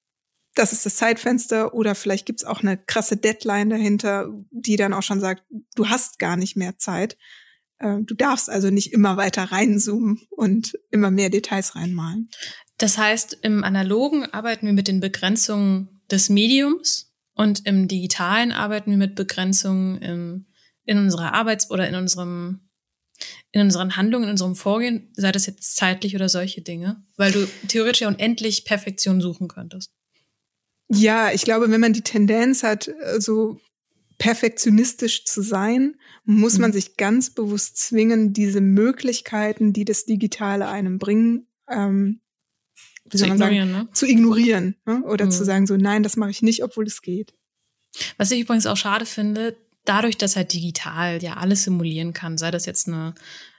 das ist das Zeitfenster oder vielleicht gibt's auch eine krasse Deadline dahinter, die dann auch schon sagt, du hast gar nicht mehr Zeit. Du darfst also nicht immer weiter reinzoomen und immer mehr Details reinmalen. Das heißt, im Analogen arbeiten wir mit den Begrenzungen des Mediums und im Digitalen arbeiten wir mit Begrenzungen im, in unserer Arbeits- oder in unserem in unseren Handlungen, in unserem Vorgehen, sei das jetzt zeitlich oder solche Dinge, weil du theoretisch ja unendlich Perfektion suchen könntest. Ja, ich glaube, wenn man die Tendenz hat, so perfektionistisch zu sein, muss mhm. man sich ganz bewusst zwingen, diese Möglichkeiten, die das Digitale einem bringen, ähm, wie soll man sagen, ne? zu ignorieren, ne? Oder mhm. zu sagen so, nein, das mache ich nicht, obwohl es geht. Was ich übrigens auch schade finde, dadurch, dass halt digital ja alles simulieren kann, sei das jetzt eine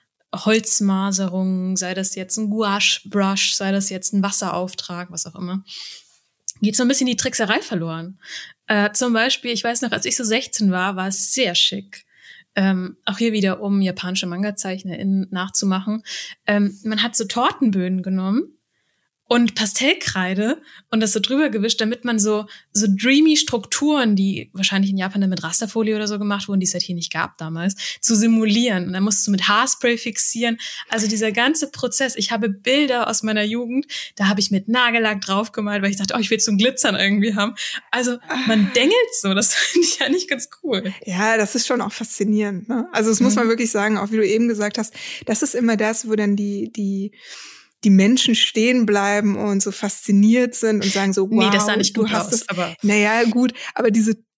Holzmaserung, sei das jetzt ein Gouache-Brush, sei das jetzt ein Wasserauftrag, was auch immer, geht so ein bisschen die Trickserei verloren. Äh, zum Beispiel, ich weiß noch, als ich so sechzehn war, war es sehr schick, ähm, auch hier wieder, um japanische Manga-ZeichnerInnen nachzumachen. Ähm, man hat so Tortenböden genommen und Pastellkreide und das so drüber gewischt, damit man so so dreamy Strukturen, die wahrscheinlich in Japan dann mit Rasterfolie oder so gemacht wurden, die es halt hier nicht gab damals, zu simulieren. Und dann musst du mit Haarspray fixieren. Also dieser ganze Prozess. Ich habe Bilder aus meiner Jugend, da habe ich mit Nagellack draufgemalt, weil ich dachte, oh, ich will so ein Glitzern irgendwie haben. Also man dengelt so, das finde ich ja nicht ganz cool. Ja, das ist schon auch faszinierend, ne? Also das muss man wirklich sagen, auch wie du eben gesagt hast, das ist immer das, wo dann die die die Menschen stehen bleiben und so fasziniert sind und sagen so, wow, nee, das sah nicht du gut hast aus, es. Aber Naja, gut, aber diese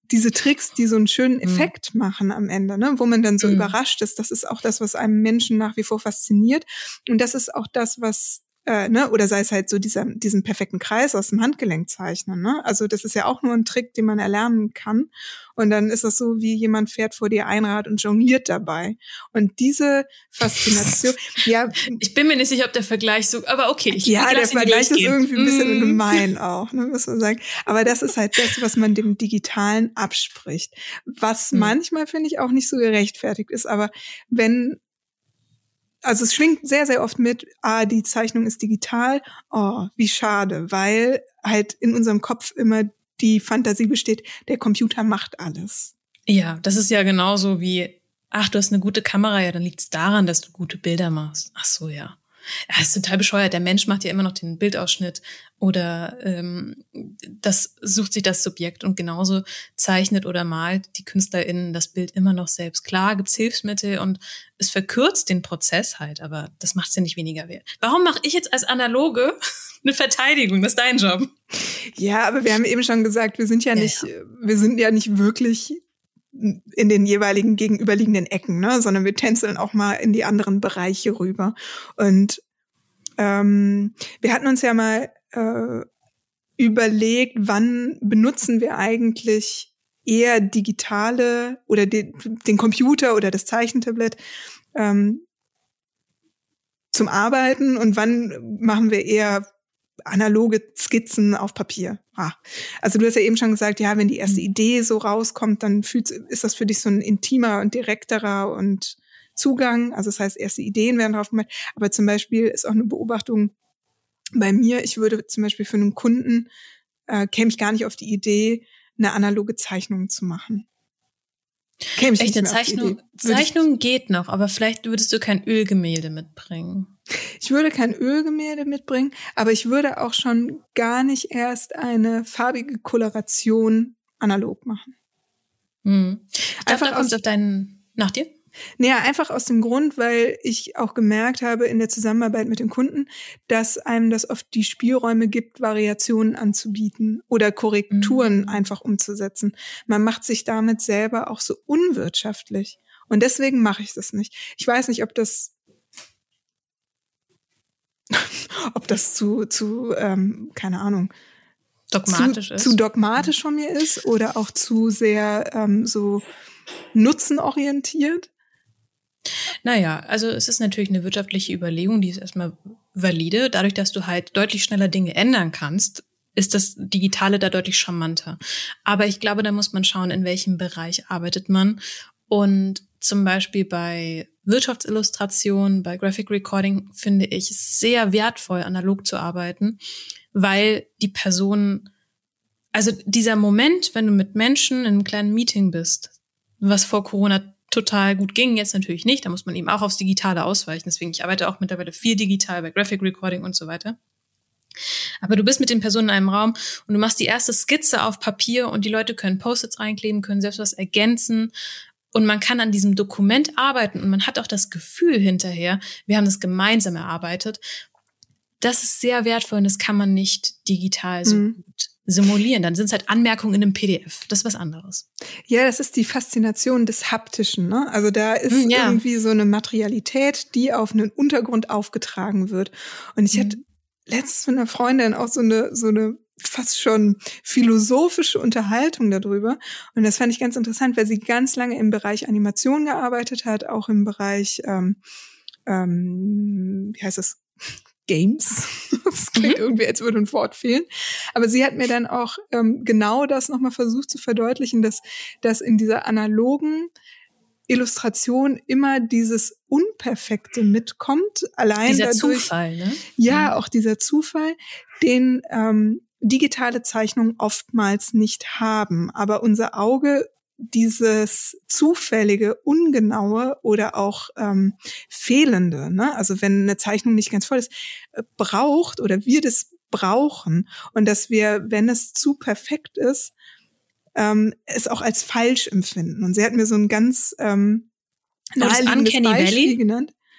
diese Tricks, die so einen schönen Effekt mhm. machen am Ende, ne, wo man dann so mhm. überrascht ist. Das ist auch das, was einem Menschen nach wie vor fasziniert. Und das ist auch das, was Äh, ne? Oder sei es halt so dieser, diesen perfekten Kreis aus dem Handgelenk zeichnen. Ne? Also das ist ja auch nur ein Trick, den man erlernen kann. Und dann ist das so, wie jemand fährt vor dir ein Rad und jongliert dabei. Und diese Faszination, ja. Ich bin mir nicht sicher, ob der Vergleich so, aber okay. Ich, ja, ich der Vergleich ist irgendwie ein bisschen mm. gemein auch, ne, muss man sagen. Aber das ist halt das, was man dem Digitalen abspricht. Was mm. manchmal, finde ich, auch nicht so gerechtfertigt ist. Aber wenn Also es schwingt sehr, sehr oft mit, ah, die Zeichnung ist digital, oh, wie schade, weil halt in unserem Kopf immer die Fantasie besteht, der Computer macht alles. Ja, das ist ja genauso wie, ach, du hast eine gute Kamera, ja, dann liegt es daran, dass du gute Bilder machst. Ach so, ja. Ja, ist total bescheuert. Der Mensch macht ja immer noch den Bildausschnitt oder ähm, das sucht sich das Subjekt und genauso zeichnet oder malt die KünstlerInnen das Bild immer noch selbst. Klar gibt's Hilfsmittel und es verkürzt den Prozess halt, aber das macht's ja nicht weniger wert. Warum mache ich jetzt als Analoge eine Verteidigung? Das ist dein Job. Ja, aber wir haben eben schon gesagt, wir sind ja, ja nicht, ja. wir sind ja nicht wirklich in den jeweiligen gegenüberliegenden Ecken, ne, sondern wir tänzeln auch mal in die anderen Bereiche rüber. Und ähm, wir hatten uns ja mal äh, überlegt, wann benutzen wir eigentlich eher digitale oder den, den Computer oder das Zeichentablett ähm, zum Arbeiten und wann machen wir eher analoge Skizzen auf Papier. Ah. Also du hast ja eben schon gesagt, ja, wenn die erste Idee so rauskommt, dann fühlt, ist das für dich so ein intimer und direkterer und Zugang. Also das heißt, erste Ideen werden drauf gemacht. Aber zum Beispiel ist auch eine Beobachtung bei mir, ich würde zum Beispiel für einen Kunden, äh, käme ich gar nicht auf die Idee, eine analoge Zeichnung zu machen. Käme ich Echt, nicht eine Zeichnung, Zeichnung geht noch, aber vielleicht würdest du kein Ölgemälde mitbringen. Ich würde kein Ölgemälde mitbringen, aber ich würde auch schon gar nicht erst eine farbige Koloration analog machen. Hm. Ich glaube, da kommt es auf deinen... Nach dir? Naja, einfach aus dem Grund, weil ich auch gemerkt habe in der Zusammenarbeit mit den Kunden, dass einem das oft die Spielräume gibt, Variationen anzubieten oder Korrekturen mhm. einfach umzusetzen. Man macht sich damit selber auch so unwirtschaftlich. Und deswegen mache ich das nicht. Ich weiß nicht, ob das ob das zu, zu ähm, keine Ahnung, dogmatisch zu, ist. zu dogmatisch von mir ist oder auch zu sehr ähm, so nutzenorientiert. Naja, also es ist natürlich eine wirtschaftliche Überlegung, die ist erstmal valide. Dadurch, dass du halt deutlich schneller Dinge ändern kannst, ist das Digitale da deutlich charmanter. Aber ich glaube, da muss man schauen, in welchem Bereich arbeitet man. Und zum Beispiel bei Wirtschaftsillustration, bei Graphic Recording finde ich es sehr wertvoll, analog zu arbeiten, weil die Person, also dieser Moment, wenn du mit Menschen in einem kleinen Meeting bist, was vor Corona total gut ging, jetzt natürlich nicht, da muss man eben auch aufs Digitale ausweichen, deswegen ich arbeite auch mittlerweile viel digital bei Graphic Recording und so weiter. Aber du bist mit den Personen in einem Raum und du machst die erste Skizze auf Papier und die Leute können Post-its reinkleben, können selbst was ergänzen und man kann an diesem Dokument arbeiten und man hat auch das Gefühl hinterher, wir haben das gemeinsam erarbeitet. Das ist sehr wertvoll und das kann man nicht digital so mhm. gut simulieren. Dann sind es halt Anmerkungen in einem P D F. Das ist was anderes. Ja, das ist die Faszination des Haptischen, ne? Also da ist mhm, ja. irgendwie so eine Materialität, die auf einen Untergrund aufgetragen wird. Und ich mhm. hatte letztens mit einer Freundin auch so eine so eine fast schon philosophische Unterhaltung darüber. Und das fand ich ganz interessant, weil sie ganz lange im Bereich Animation gearbeitet hat, auch im Bereich, ähm, ähm, wie heißt das? Games. Das klingt mhm. irgendwie, als würde ein Wort fehlen. Aber sie hat mir dann auch ähm, genau das nochmal versucht zu verdeutlichen, dass, dass in dieser analogen Illustration immer dieses Unperfekte mitkommt. Allein dieser dadurch, Zufall, ne? Ja, mhm. auch dieser Zufall, den ähm, digitale Zeichnungen oftmals nicht haben. Aber unser Auge dieses zufällige, ungenaue oder auch ähm, fehlende, ne? Also wenn eine Zeichnung nicht ganz voll ist, äh, braucht oder wir das brauchen und dass wir, wenn es zu perfekt ist, ähm, es auch als falsch empfinden. Und sie hat mir so ein ganz ähm, naheliegendes Beispiel genannt.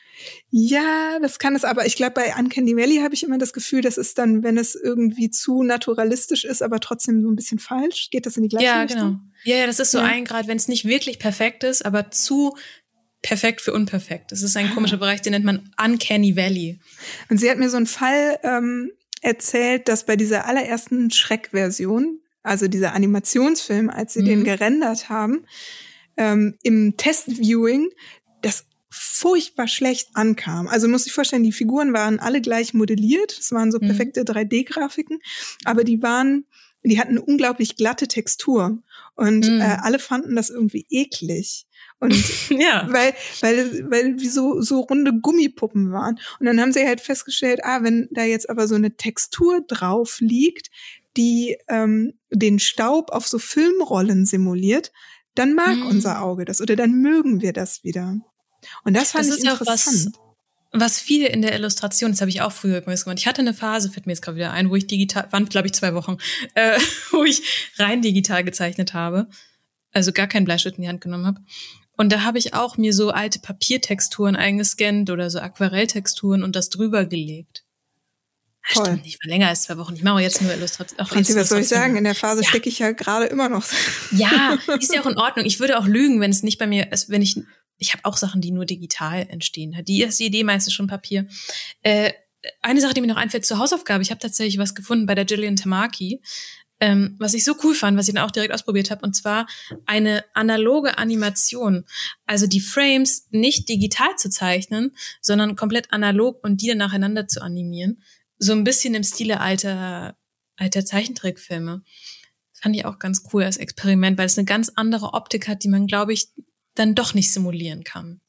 Ja, das kann es, aber ich glaube, bei Uncanny Valley habe ich immer das Gefühl, das ist dann, wenn es irgendwie zu naturalistisch ist, aber trotzdem so ein bisschen falsch. Geht das in die gleiche ja, Richtung? Ja, genau. Ja, ja, das ist so ja. ein Grad, wenn es nicht wirklich perfekt ist, aber zu perfekt für unperfekt. Das ist ein ah. komischer Bereich, den nennt man Uncanny Valley. Und sie hat mir so einen Fall ähm, erzählt, dass bei dieser allerersten Schreck-Version, also dieser Animationsfilm, als sie mhm. den gerendert haben, ähm, im Test-Viewing, das furchtbar schlecht ankam. Also muss ich vorstellen, die Figuren waren alle gleich modelliert. Es waren so perfekte mhm. drei D-Grafiken, aber die waren, die hatten eine unglaublich glatte Textur und mhm. äh, alle fanden das irgendwie eklig. Und ja. weil, weil, weil wie so, so runde Gummipuppen waren. Und dann haben sie halt festgestellt, ah, wenn da jetzt aber so eine Textur drauf liegt, die ähm, den Staub auf so Filmrollen simuliert, dann mag mhm. unser Auge das oder dann mögen wir das wieder. Und das fand das ich interessant. Ja was, was viele in der Illustration, das habe ich auch früher gemacht. Ich hatte eine Phase, fällt mir jetzt gerade wieder ein, wo ich digital, waren glaube ich zwei Wochen, äh, wo ich rein digital gezeichnet habe. Also gar keinen Bleistift in die Hand genommen habe. Und da habe ich auch mir so alte Papiertexturen eingescannt oder so Aquarelltexturen und das drüber gelegt. Toll. Stimmt nicht, war länger als zwei Wochen. Ich mache jetzt nur Illustration. Franzi, was soll ich sagen? In der Phase ja. stecke ich ja gerade immer noch. Ja, ist ja auch in Ordnung. Ich würde auch lügen, wenn es nicht bei mir ist, wenn ich, ich habe auch Sachen, die nur digital entstehen. Die ist die Idee meistens schon Papier. Äh, eine Sache, die mir noch einfällt zur Hausaufgabe. Ich habe tatsächlich was gefunden bei der Gillian Tamaki, ähm, was ich so cool fand, was ich dann auch direkt ausprobiert habe. Und zwar eine analoge Animation. Also die Frames nicht digital zu zeichnen, sondern komplett analog und die dann nacheinander zu animieren. So ein bisschen im Stile alter, alter Zeichentrickfilme. Das fand ich auch ganz cool als Experiment, weil es eine ganz andere Optik hat, die man, glaube ich, dann doch nicht simulieren kann.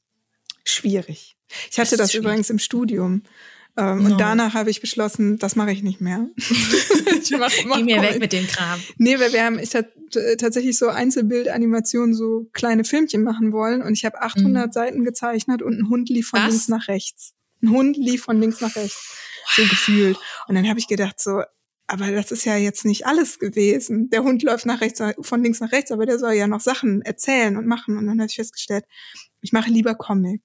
Schwierig. Ich hatte das, das übrigens im Studium. Ähm, no. Und danach habe ich beschlossen, das mache ich nicht mehr. ich mach, mach Geh mir weg mit dem Kram. Nee, weil wir haben ich hat, tatsächlich so Einzelbildanimationen, so kleine Filmchen machen wollen. Und ich habe achthundert mhm. Seiten gezeichnet und ein Hund lief von Was? links nach rechts. Ein Hund lief von links nach rechts. So gefühlt. Und dann habe ich gedacht so, aber das ist ja jetzt nicht alles gewesen. Der Hund läuft nach rechts, von links nach rechts, aber der soll ja noch Sachen erzählen und machen. Und dann habe ich festgestellt, ich mache lieber Comic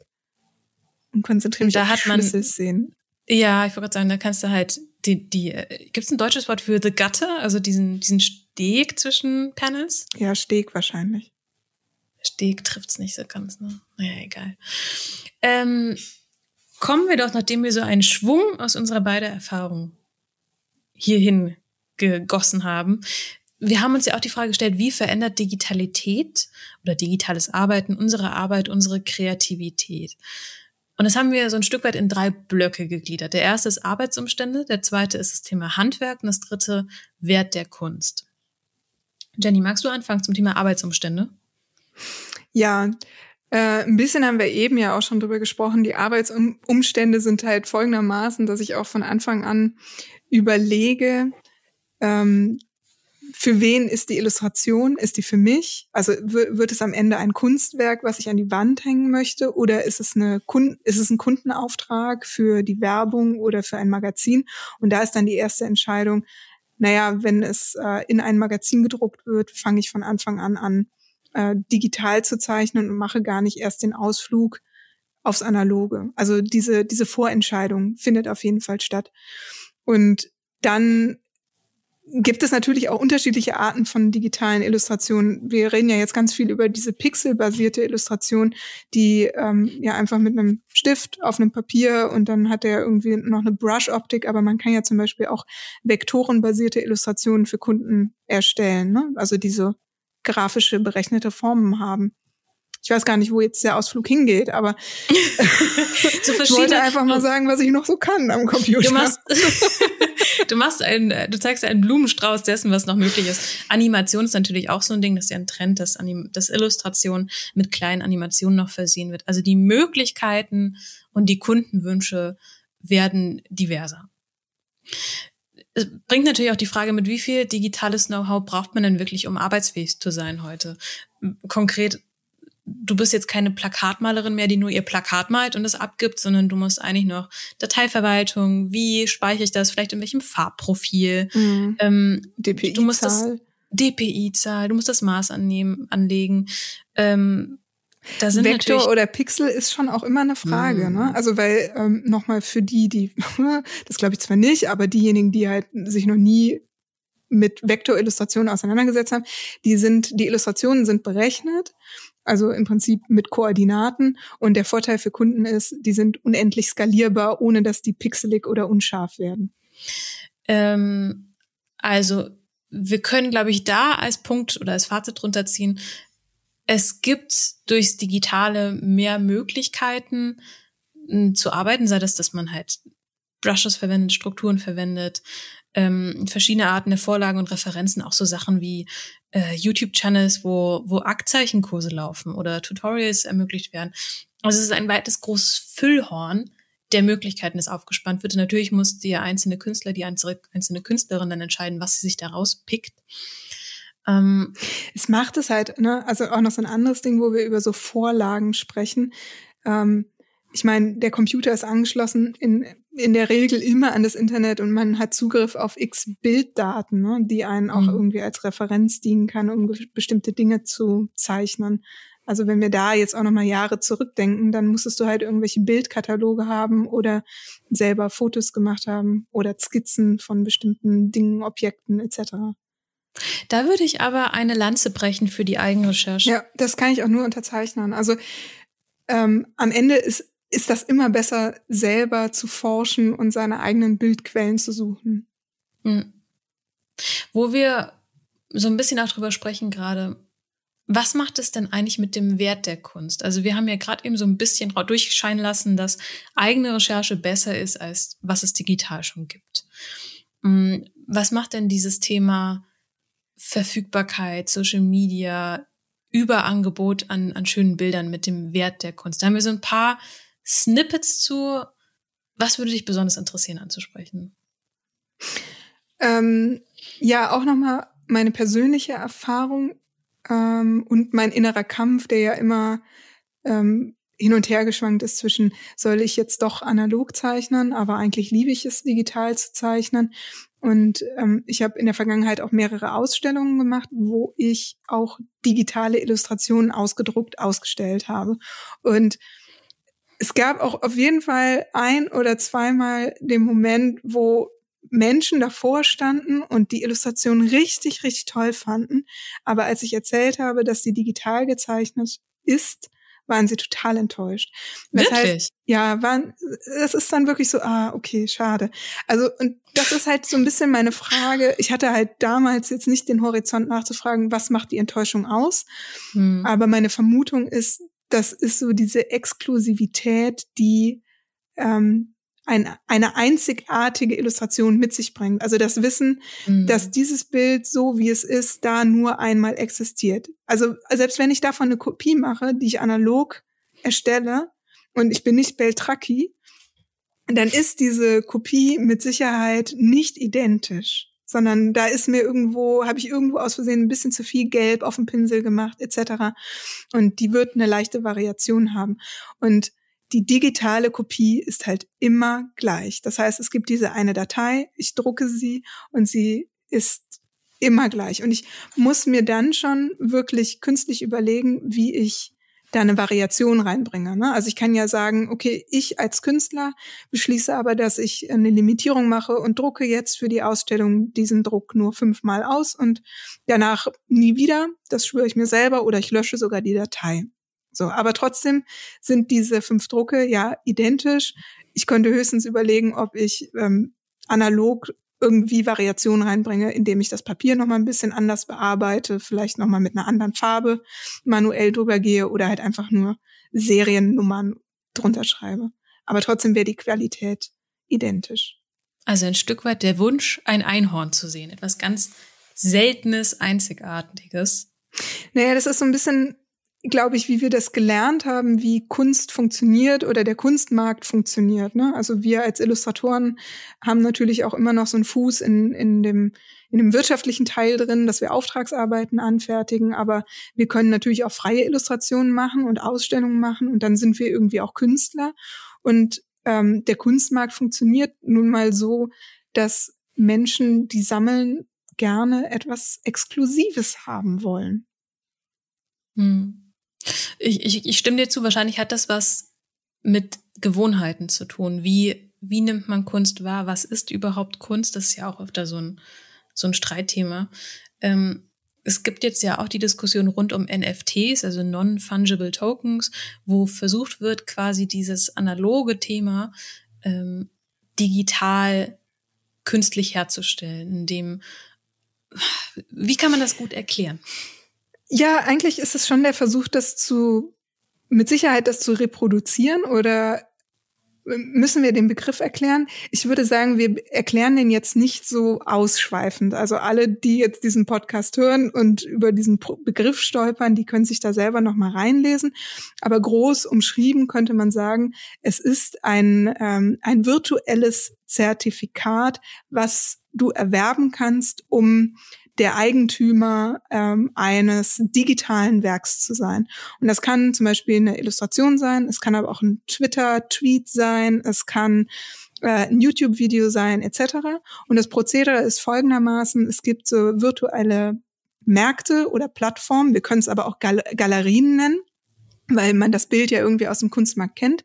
und konzentriere mich da auf hat die Schlüsselszenen. Ja, ich wollte gerade sagen, da kannst du halt die, die, äh, gibt es ein deutsches Wort für the gutter, also diesen, diesen Steg zwischen Panels? Ja, Steg wahrscheinlich. Steg trifft's nicht so ganz, ne? Naja, egal. Ähm, kommen wir doch, nachdem wir so einen Schwung aus unserer beider Erfahrungen hierhin gegossen haben. Wir haben uns ja auch die Frage gestellt, wie verändert Digitalität oder digitales Arbeiten unsere Arbeit, unsere Kreativität? Und das haben wir so ein Stück weit in drei Blöcke gegliedert. Der erste ist Arbeitsumstände, der zweite ist das Thema Handwerk und das dritte Wert der Kunst. Jenny, magst du anfangen zum Thema Arbeitsumstände? Ja, äh, ein bisschen haben wir eben ja auch schon drüber gesprochen. Die Arbeitsumstände sind halt folgendermaßen, dass ich auch von Anfang an überlege, ähm, für wen ist die Illustration? Ist die für mich? Also w- wird es am Ende ein Kunstwerk, was ich an die Wand hängen möchte? Oder ist es eine Kun- ist es ein Kundenauftrag für die Werbung oder für ein Magazin? Und da ist dann die erste Entscheidung, naja, wenn es äh, in ein Magazin gedruckt wird, fange ich von Anfang an an, äh, digital zu zeichnen und mache gar nicht erst den Ausflug aufs Analoge. Also diese diese Vorentscheidung findet auf jeden Fall statt. Und dann gibt es natürlich auch unterschiedliche Arten von digitalen Illustrationen. Wir reden ja jetzt ganz viel über diese pixelbasierte Illustration, die ähm, ja einfach mit einem Stift auf einem Papier und dann hat er irgendwie noch eine Brush-Optik, aber man kann ja zum Beispiel auch vektorenbasierte Illustrationen für Kunden erstellen, ne? Also diese grafische berechnete Formen haben. Ich weiß gar nicht, wo jetzt der Ausflug hingeht, aber so ich wollte einfach mal sagen, was ich noch so kann am Computer. Du machst, du machst einen, du zeigst einen Blumenstrauß dessen, was noch möglich ist. Animation ist natürlich auch so ein Ding, das ist ja ein Trend, dass, Anim- dass Illustration mit kleinen Animationen noch versehen wird. Also die Möglichkeiten und die Kundenwünsche werden diverser. Es bringt natürlich auch die Frage, mit wie viel digitales Know-how braucht man denn wirklich, um arbeitsfähig zu sein heute? Konkret, du bist jetzt keine Plakatmalerin mehr, die nur ihr Plakat malt und es abgibt, sondern du musst eigentlich noch Dateiverwaltung, wie speichere ich das, vielleicht in welchem Farbprofil, mhm. ähm, D P I-Zahl. Du musst das D P I-Zahl, du musst das Maß annehmen, anlegen. Ähm, Da sind Vektor oder Pixel ist schon auch immer eine Frage, mm. ne? Also weil ähm, nochmal für die, die, das glaube ich zwar nicht, aber diejenigen, die halt sich noch nie mit Vektorillustrationen auseinandergesetzt haben, die sind, die Illustrationen sind berechnet, also im Prinzip mit Koordinaten. Und der Vorteil für Kunden ist, die sind unendlich skalierbar, ohne dass die pixelig oder unscharf werden. Ähm, also wir können, glaube ich, da als Punkt oder als Fazit drunter ziehen, es gibt durchs Digitale mehr Möglichkeiten m, zu arbeiten, sei das, dass man halt Brushes verwendet, Strukturen verwendet, ähm, verschiedene Arten der Vorlagen und Referenzen, auch so Sachen wie äh, YouTube-Channels, wo wo Aktzeichenkurse laufen oder Tutorials ermöglicht werden. Also es ist ein weites, großes Füllhorn der Möglichkeiten, das aufgespannt wird. Und natürlich muss der einzelne Künstler, die einzelne Künstlerin dann entscheiden, was sie sich daraus pickt. Ähm, es macht es halt, ne, also auch noch so ein anderes Ding, wo wir über so Vorlagen sprechen. Ähm, ich meine, der Computer ist angeschlossen in in der Regel immer an das Internet und man hat Zugriff auf x Bilddaten, ne, die einen auch mhm. irgendwie als Referenz dienen kann, um bestimmte Dinge zu zeichnen. Also wenn wir da jetzt auch noch mal Jahre zurückdenken, dann musstest du halt irgendwelche Bildkataloge haben oder selber Fotos gemacht haben oder Skizzen von bestimmten Dingen, Objekten et cetera. Da würde ich aber eine Lanze brechen für die Eigenrecherche. Ja, das kann ich auch nur unterzeichnen. Also ähm, am Ende ist ist das immer besser, selber zu forschen und seine eigenen Bildquellen zu suchen. Mhm. Wo wir so ein bisschen auch drüber sprechen gerade, was macht es denn eigentlich mit dem Wert der Kunst? Also wir haben ja gerade eben so ein bisschen durchscheinen lassen, dass eigene Recherche besser ist, als was es digital schon gibt. Was macht denn dieses Thema Verfügbarkeit, Social Media, Überangebot an, an schönen Bildern mit dem Wert der Kunst? Da haben wir so ein paar Snippets zu. Was würde dich besonders interessieren anzusprechen? Ähm, ja, auch nochmal meine persönliche Erfahrung ähm, und mein innerer Kampf, der ja immer ähm, hin und her geschwankt ist zwischen, soll ich jetzt doch analog zeichnen, aber eigentlich liebe ich es, digital zu zeichnen. Und ähm, ich habe in der Vergangenheit auch mehrere Ausstellungen gemacht, wo ich auch digitale Illustrationen ausgedruckt ausgestellt habe. Und es gab auch auf jeden Fall ein oder zweimal den Moment, wo Menschen davor standen und die Illustration richtig, richtig toll fanden. Aber als ich erzählt habe, dass sie digital gezeichnet ist, waren sie total enttäuscht. Das wirklich? Heißt, ja, waren, das ist dann wirklich so, ah, okay, schade. Also, und das ist halt so ein bisschen meine Frage. Ich hatte halt damals jetzt nicht den Horizont nachzufragen, was macht die Enttäuschung aus? Hm. Aber meine Vermutung ist, das ist so diese Exklusivität, die ähm, ein, eine einzigartige Illustration mit sich bringt. Also das Wissen, mhm. dass dieses Bild, so wie es ist, da nur einmal existiert. Also selbst wenn ich davon eine Kopie mache, die ich analog erstelle, und ich bin nicht Beltracchi, dann ist diese Kopie mit Sicherheit nicht identisch, sondern da ist mir irgendwo, habe ich irgendwo aus Versehen ein bisschen zu viel Gelb auf dem Pinsel gemacht, et cetera. Und die wird eine leichte Variation haben. Und die digitale Kopie ist halt immer gleich. Das heißt, es gibt diese eine Datei, ich drucke sie und sie ist immer gleich. Und ich muss mir dann schon wirklich künstlich überlegen, wie ich da eine Variation reinbringe. Ne? Also ich kann ja sagen, okay, ich als Künstler beschließe aber, dass ich eine Limitierung mache und drucke jetzt für die Ausstellung diesen Druck nur fünfmal aus und danach nie wieder. Das schwöre ich mir selber oder ich lösche sogar die Datei. So, aber trotzdem sind diese fünf Drucke ja identisch. Ich könnte höchstens überlegen, ob ich ähm, analog irgendwie Variationen reinbringe, indem ich das Papier noch mal ein bisschen anders bearbeite, vielleicht noch mal mit einer anderen Farbe manuell drüber gehe oder halt einfach nur Seriennummern drunter schreibe. Aber trotzdem wäre die Qualität identisch. Also ein Stück weit der Wunsch, ein Einhorn zu sehen. Etwas ganz Seltenes, Einzigartiges. Naja, das ist so ein bisschen, glaube ich, wie wir das gelernt haben, wie Kunst funktioniert oder der Kunstmarkt funktioniert. Ne? Also wir als Illustratoren haben natürlich auch immer noch so einen Fuß in, in dem in dem wirtschaftlichen Teil drin, dass wir Auftragsarbeiten anfertigen, aber wir können natürlich auch freie Illustrationen machen und Ausstellungen machen und dann sind wir irgendwie auch Künstler. Und ähm, der Kunstmarkt funktioniert nun mal so, dass Menschen, die sammeln, gerne etwas Exklusives haben wollen. Hm. Ich, ich, ich stimme dir zu, wahrscheinlich hat das was mit Gewohnheiten zu tun. Wie, wie nimmt man Kunst wahr? Was ist überhaupt Kunst? Das ist ja auch öfter so ein, so ein Streitthema. Ähm, es gibt jetzt ja auch die Diskussion rund um N F Ts, also Non-Fungible Tokens, wo versucht wird, quasi dieses analoge Thema ähm, digital künstlich herzustellen, indem, wie kann man das gut erklären? Ja, eigentlich ist es schon der Versuch, das zu, mit Sicherheit das zu reproduzieren, oder müssen wir den Begriff erklären? Ich würde sagen, wir erklären den jetzt nicht so ausschweifend. Also alle, die jetzt diesen Podcast hören und über diesen Begriff stolpern, die können sich da selber noch mal reinlesen. Aber groß umschrieben könnte man sagen, es ist ein, ähm, ein virtuelles Zertifikat, was du erwerben kannst, um der Eigentümer ähm, eines digitalen Werks zu sein. Und das kann zum Beispiel eine Illustration sein, es kann aber auch ein Twitter-Tweet sein, es kann äh, ein YouTube-Video sein, et cetera. Und das Prozedere ist folgendermaßen: Es gibt so virtuelle Märkte oder Plattformen, wir können es aber auch Gal- Galerien nennen, weil man das Bild ja irgendwie aus dem Kunstmarkt kennt.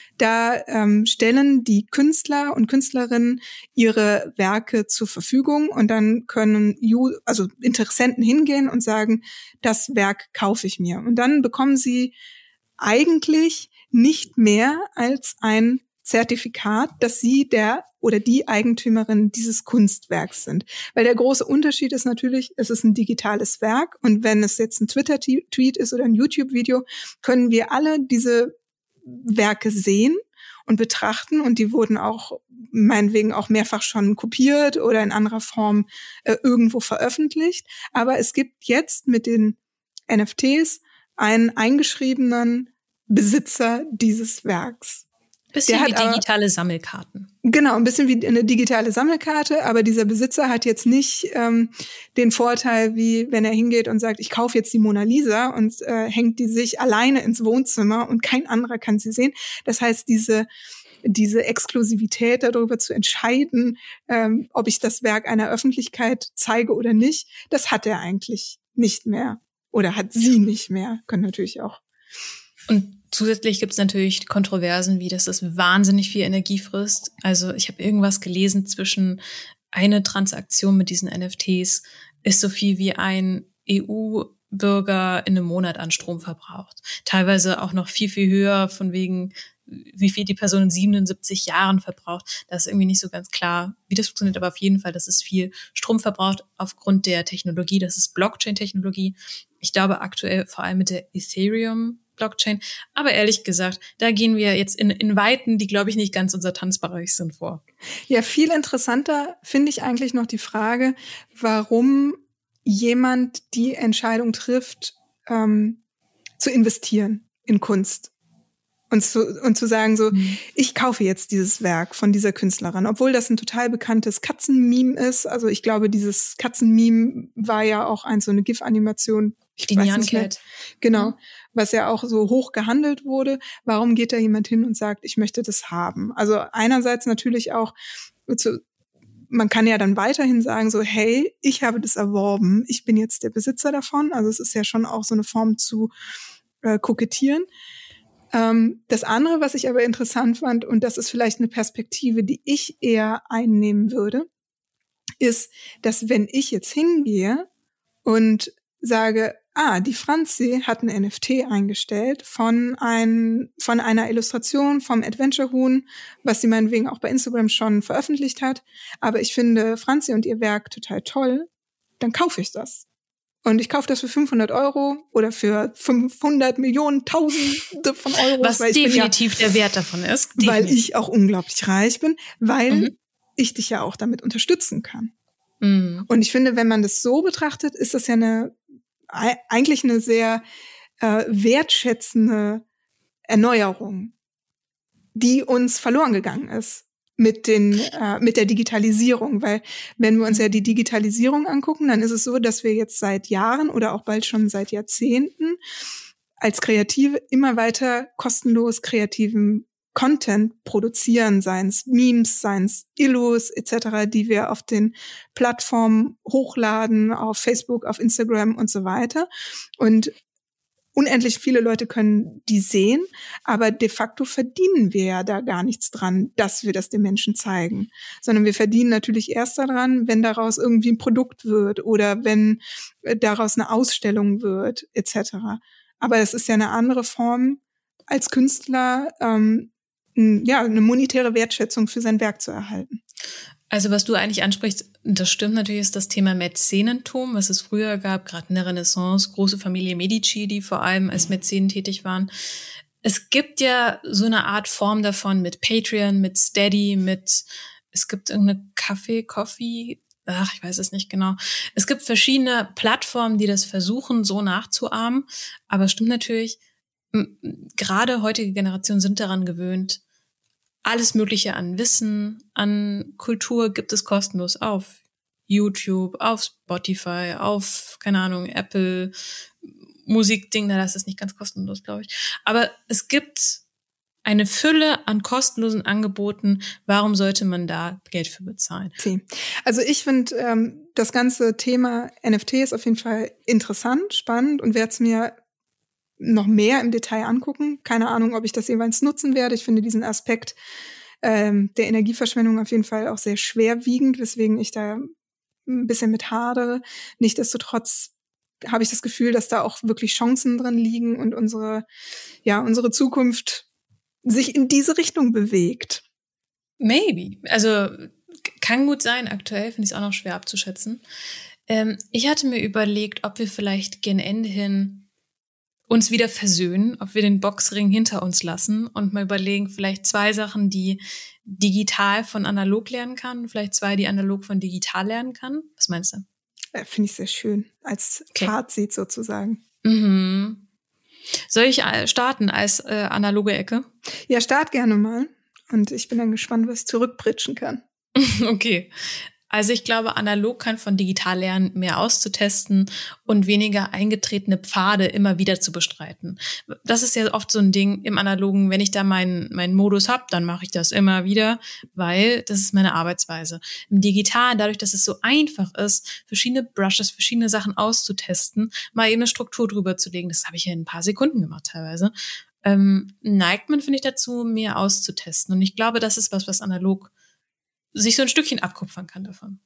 Da ähm, stellen die Künstler und Künstlerinnen ihre Werke zur Verfügung, und dann können you, also Interessenten hingehen und sagen, das Werk kaufe ich mir. Und dann bekommen sie eigentlich nicht mehr als ein Zertifikat, dass sie der oder die Eigentümerin dieses Kunstwerks sind. Weil der große Unterschied ist natürlich, es ist ein digitales Werk, und wenn es jetzt ein Twitter-Tweet ist oder ein YouTube-Video, können wir alle diese Werke sehen und betrachten, und die wurden auch meinetwegen auch mehrfach schon kopiert oder in anderer Form äh, irgendwo veröffentlicht. Aber es gibt jetzt mit den N F Ts einen eingeschriebenen Besitzer dieses Werks. Bisschen Der wie hat digitale aber, Sammelkarten. Genau, ein bisschen wie eine digitale Sammelkarte, aber dieser Besitzer hat jetzt nicht ähm, den Vorteil, wie wenn er hingeht und sagt, ich kaufe jetzt die Mona Lisa, und äh, hängt die sich alleine ins Wohnzimmer und kein anderer kann sie sehen. Das heißt, diese diese Exklusivität darüber zu entscheiden, ähm, ob ich das Werk einer Öffentlichkeit zeige oder nicht, das hat er eigentlich nicht mehr. Oder hat sie nicht mehr. Können natürlich auch. Und zusätzlich gibt es natürlich Kontroversen, wie dass das wahnsinnig viel Energie frisst. Also ich habe irgendwas gelesen, zwischen eine Transaktion mit diesen N F Ts ist so viel wie ein E U-Bürger in einem Monat an Strom verbraucht. Teilweise auch noch viel, viel höher, von wegen, wie viel die Person in siebenundsiebzig Jahren verbraucht. Das ist irgendwie nicht so ganz klar, wie das funktioniert, aber auf jeden Fall, dass es viel Strom verbraucht aufgrund der Technologie. Das ist Blockchain-Technologie. Ich glaube aktuell vor allem mit der Ethereum Blockchain. Aber ehrlich gesagt, da gehen wir jetzt in, in Weiten, die, glaube ich, nicht ganz unser Tanzbereich sind, vor. Ja, viel interessanter finde ich eigentlich noch die Frage, warum jemand die Entscheidung trifft, ähm, zu investieren in Kunst. Und zu, und zu sagen so, mhm. ich kaufe jetzt dieses Werk von dieser Künstlerin, obwohl das ein total bekanntes Katzenmeme ist. Also ich glaube, dieses Katzenmeme war ja auch ein so eine GIF-Animation. Ich Die weiß nicht mehr. Genau, mhm. was ja auch so hoch gehandelt wurde. Warum geht da jemand hin und sagt, ich möchte das haben? Also einerseits natürlich auch, zu, man kann ja dann weiterhin sagen so, hey, ich habe das erworben, ich bin jetzt der Besitzer davon. Also es ist ja schon auch so eine Form zu äh, kokettieren. Das andere, was ich aber interessant fand, und das ist vielleicht eine Perspektive, die ich eher einnehmen würde, ist, dass wenn ich jetzt hingehe und sage, ah, die Franzi hat ein N F T eingestellt von, ein, von einer Illustration vom Adventure Huhn, was sie meinetwegen auch bei Instagram schon veröffentlicht hat, aber ich finde Franzi und ihr Werk total toll, dann kaufe ich das. Und ich kaufe das für fünfhundert Euro oder für fünfhundert Millionen, Tausende von Euro. Was weil ich definitiv bin ja, der Wert davon ist. Definitiv. Weil Definitiv. ich auch unglaublich reich bin, weil mhm. ich dich ja auch damit unterstützen kann. Mhm. Und ich finde, wenn man das so betrachtet, ist das ja eine eigentlich eine sehr äh, wertschätzende Erneuerung, die uns verloren gegangen ist. Mit den äh, mit der Digitalisierung, weil wenn wir uns ja die Digitalisierung angucken, dann ist es so, dass wir jetzt seit Jahren oder auch bald schon seit Jahrzehnten als Kreative immer weiter kostenlos kreativen Content produzieren, seien es Memes, seien es Illus et cetera, die wir auf den Plattformen hochladen, auf Facebook, auf Instagram und so weiter. Und unendlich viele Leute können die sehen, aber de facto verdienen wir ja da gar nichts dran, dass wir das den Menschen zeigen, sondern wir verdienen natürlich erst daran, wenn daraus irgendwie ein Produkt wird oder wenn daraus eine Ausstellung wird, et cetera. Aber es ist ja eine andere Form, als Künstler ähm, ja eine monetäre Wertschätzung für sein Werk zu erhalten. Also was du eigentlich ansprichst, das stimmt natürlich, ist das Thema Mäzenentum, was es früher gab, gerade in der Renaissance, große Familie Medici, die vor allem als Mäzenen tätig waren. Es gibt ja so eine Art Form davon mit Patreon, mit Steady, mit, es gibt irgendeine Kaffee, Coffee, ach, ich weiß es nicht genau. Es gibt verschiedene Plattformen, die das versuchen, so nachzuahmen. Aber es stimmt natürlich, m- gerade heutige Generationen sind daran gewöhnt, alles Mögliche an Wissen, an Kultur gibt es kostenlos auf YouTube, auf Spotify, auf, keine Ahnung, Apple, Musikding, na, das ist nicht ganz kostenlos, glaube ich. Aber es gibt eine Fülle an kostenlosen Angeboten. Warum sollte man da Geld für bezahlen? Okay. Also ich finde, ähm, das ganze Thema N F T ist auf jeden Fall interessant, spannend und werde es mir noch mehr im Detail angucken. Keine Ahnung, ob ich das jeweils nutzen werde. Ich finde diesen Aspekt ähm, der Energieverschwendung auf jeden Fall auch sehr schwerwiegend, weswegen ich da ein bisschen mit hadere. Nichtsdestotrotz habe ich das Gefühl, dass da auch wirklich Chancen drin liegen und unsere, ja, unsere Zukunft sich in diese Richtung bewegt. Maybe. Also kann gut sein. Aktuell finde ich es auch noch schwer abzuschätzen. Ähm, ich hatte mir überlegt, ob wir vielleicht gen Ende hin uns wieder versöhnen, ob wir den Boxring hinter uns lassen und mal überlegen, vielleicht zwei Sachen, die digital von analog lernen kann, vielleicht zwei, die analog von digital lernen kann. Was meinst du? Ja, finde ich sehr schön, als okay. Fazit sozusagen. Mhm. Soll ich starten als äh, analoge Ecke? Ja, start gerne mal. Und ich bin dann gespannt, was ich zurückpritschen kann. Okay. Also ich glaube, analog kann von digital lernen, mehr auszutesten und weniger eingetretene Pfade immer wieder zu bestreiten. Das ist ja oft so ein Ding im Analogen, wenn ich da meinen meinen Modus habe, dann mache ich das immer wieder, weil das ist meine Arbeitsweise. Im Digitalen, dadurch, dass es so einfach ist, verschiedene Brushes, verschiedene Sachen auszutesten, mal eben eine Struktur drüber zu legen, das habe ich ja in ein paar Sekunden gemacht teilweise, ähm, neigt man, finde ich, dazu, mehr auszutesten. Und ich glaube, das ist was, was analog sich so ein Stückchen abkupfern kann davon.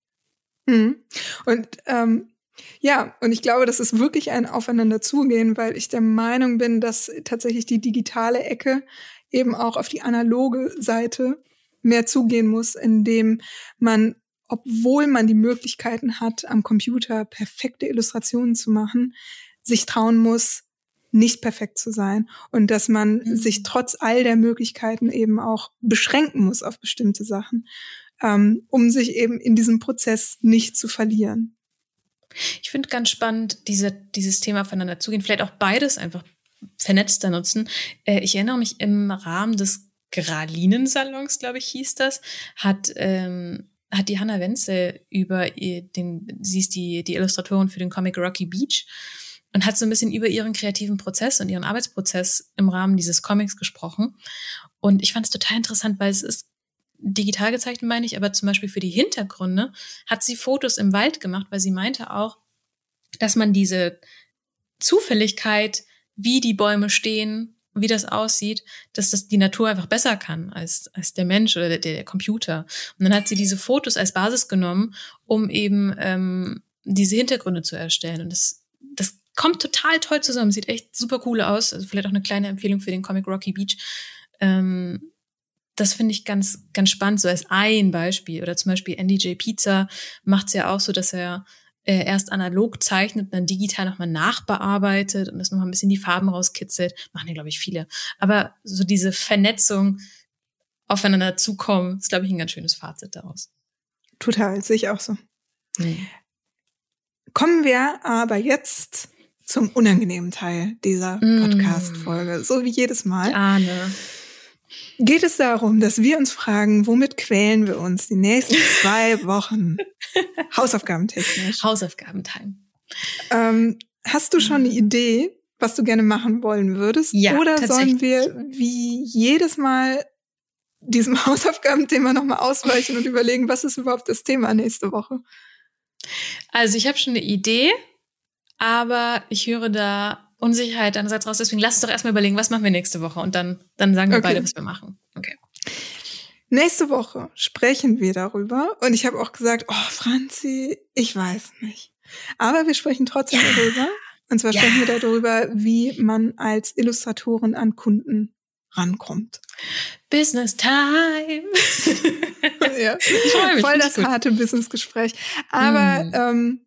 Mhm. Und ähm, ja, und ich glaube, das ist wirklich ein Aufeinanderzugehen, weil ich der Meinung bin, dass tatsächlich die digitale Ecke eben auch auf die analoge Seite mehr zugehen muss, indem man, obwohl man die Möglichkeiten hat, am Computer perfekte Illustrationen zu machen, sich trauen muss, nicht perfekt zu sein und dass man mhm. sich trotz all der Möglichkeiten eben auch beschränken muss auf bestimmte Sachen, ähm, um sich eben in diesem Prozess nicht zu verlieren. Ich finde ganz spannend, diese, dieses Thema aufeinander zugehen, vielleicht auch beides einfach vernetzter nutzen. Äh, ich erinnere mich, im Rahmen des Gralinen-Salons, glaube ich, hieß das, hat ähm, hat die Hannah Wenzel über ihr, den, sie ist die, die Illustratorin für den Comic Rocky Beach, und hat so ein bisschen über ihren kreativen Prozess und ihren Arbeitsprozess im Rahmen dieses Comics gesprochen. Und ich fand es total interessant, weil es ist digital gezeichnet, meine ich, aber zum Beispiel für die Hintergründe hat sie Fotos im Wald gemacht, weil sie meinte auch, dass man diese Zufälligkeit, wie die Bäume stehen, wie das aussieht, dass das die Natur einfach besser kann als, als der Mensch oder der, der Computer. Und dann hat sie diese Fotos als Basis genommen, um eben ähm, diese Hintergründe zu erstellen. Und das, das kommt total toll zusammen, sieht echt super cool aus. Also vielleicht auch eine kleine Empfehlung für den Comic Rocky Beach. Ähm, das finde ich ganz, ganz spannend, so als ein Beispiel. Oder zum Beispiel Andy J. Pizza macht es ja auch so, dass er äh, erst analog zeichnet und dann digital nochmal nachbearbeitet und das nochmal ein bisschen die Farben rauskitzelt. Machen ja, glaube ich, viele. Aber so diese Vernetzung, aufeinander zukommen, ist, glaube ich, ein ganz schönes Fazit daraus. Total, sehe ich auch so. Mhm. Kommen wir aber jetzt zum unangenehmen Teil dieser Podcast-Folge. So wie jedes Mal. Ich ahne. Geht es darum, dass wir uns fragen, womit quälen wir uns die nächsten zwei Wochen? Hausaufgabentechnisch. Hausaufgabentime. Ähm, hast du schon eine Idee, was du gerne machen wollen würdest? Ja, Oder sollen wir wie jedes Mal diesem Hausaufgabenthema nochmal ausweichen und überlegen, was ist überhaupt das Thema nächste Woche? Also ich habe schon eine Idee, aber ich höre da Unsicherheit einerseits raus. Deswegen lass uns doch erstmal überlegen, was machen wir nächste Woche und dann, dann sagen wir okay. beide, was wir machen. Okay. Nächste Woche sprechen wir darüber und ich habe auch gesagt, oh Franzi, ich weiß nicht. Aber wir sprechen trotzdem ja. darüber. Und zwar ja. sprechen wir darüber, wie man als Illustratorin an Kunden rankommt. Business Time. ja. Ich freue mich. Voll das gut. harte Businessgespräch. Aber mm. ähm,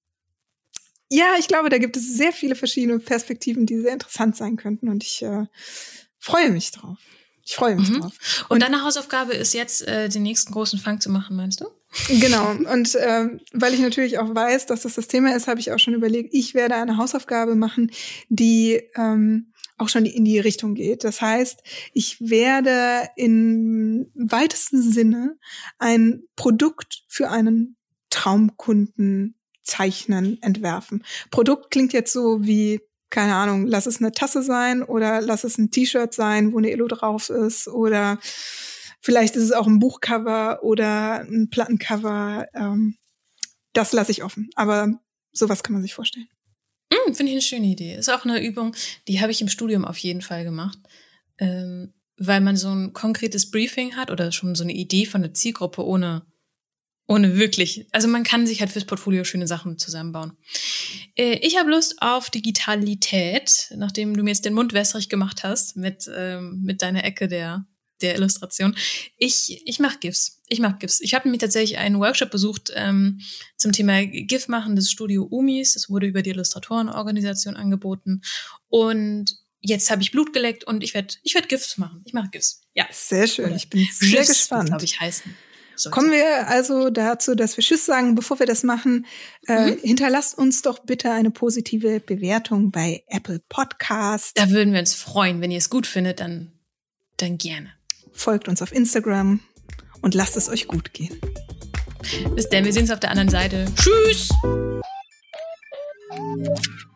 ja, ich glaube, da gibt es sehr viele verschiedene Perspektiven, die sehr interessant sein könnten. Und ich äh, freue mich drauf. Ich freue mich mhm. drauf. Und, und deine Hausaufgabe ist jetzt, äh, den nächsten großen Fang zu machen, meinst du? Genau. Und ähm, weil ich natürlich auch weiß, dass das das Thema ist, habe ich auch schon überlegt, ich werde eine Hausaufgabe machen, die ähm, auch schon in die Richtung geht. Das heißt, ich werde im weitesten Sinne ein Produkt für einen Traumkunden zeichnen, entwerfen. Produkt klingt jetzt so wie, keine Ahnung, lass es eine Tasse sein oder lass es ein T-Shirt sein, wo eine Illo drauf ist oder vielleicht ist es auch ein Buchcover oder ein Plattencover. Ähm, das lasse ich offen. Aber sowas kann man sich vorstellen. Mm, finde ich eine schöne Idee. Ist auch eine Übung, die habe ich im Studium auf jeden Fall gemacht, ähm, weil man so ein konkretes Briefing hat oder schon so eine Idee von der Zielgruppe ohne Ohne wirklich. Also man kann sich halt fürs Portfolio schöne Sachen zusammenbauen. Äh, ich habe Lust auf Digitalität, nachdem du mir jetzt den Mund wässrig gemacht hast mit ähm, mit deiner Ecke der der Illustration. Ich ich mache GIFs. Ich mache GIFs. Ich habe nämlich tatsächlich einen Workshop besucht ähm, zum Thema GIF machen des Studio Umis. Das wurde über die Illustratorenorganisation angeboten. Und jetzt habe ich Blut geleckt und ich werde ich werd GIFs machen. Ich mache GIFs. Ja. Sehr schön. Ich bin sehr GIFs, gespannt. glaube ich, heißen. So, Kommen wir also dazu, dass wir Tschüss sagen. Bevor wir das machen, äh, mhm. hinterlasst uns doch bitte eine positive Bewertung bei Apple Podcast. Da würden wir uns freuen. Wenn ihr es gut findet, dann, dann gerne. Folgt uns auf Instagram und lasst es euch gut gehen. Bis dann, wir sehen uns auf der anderen Seite. Tschüss!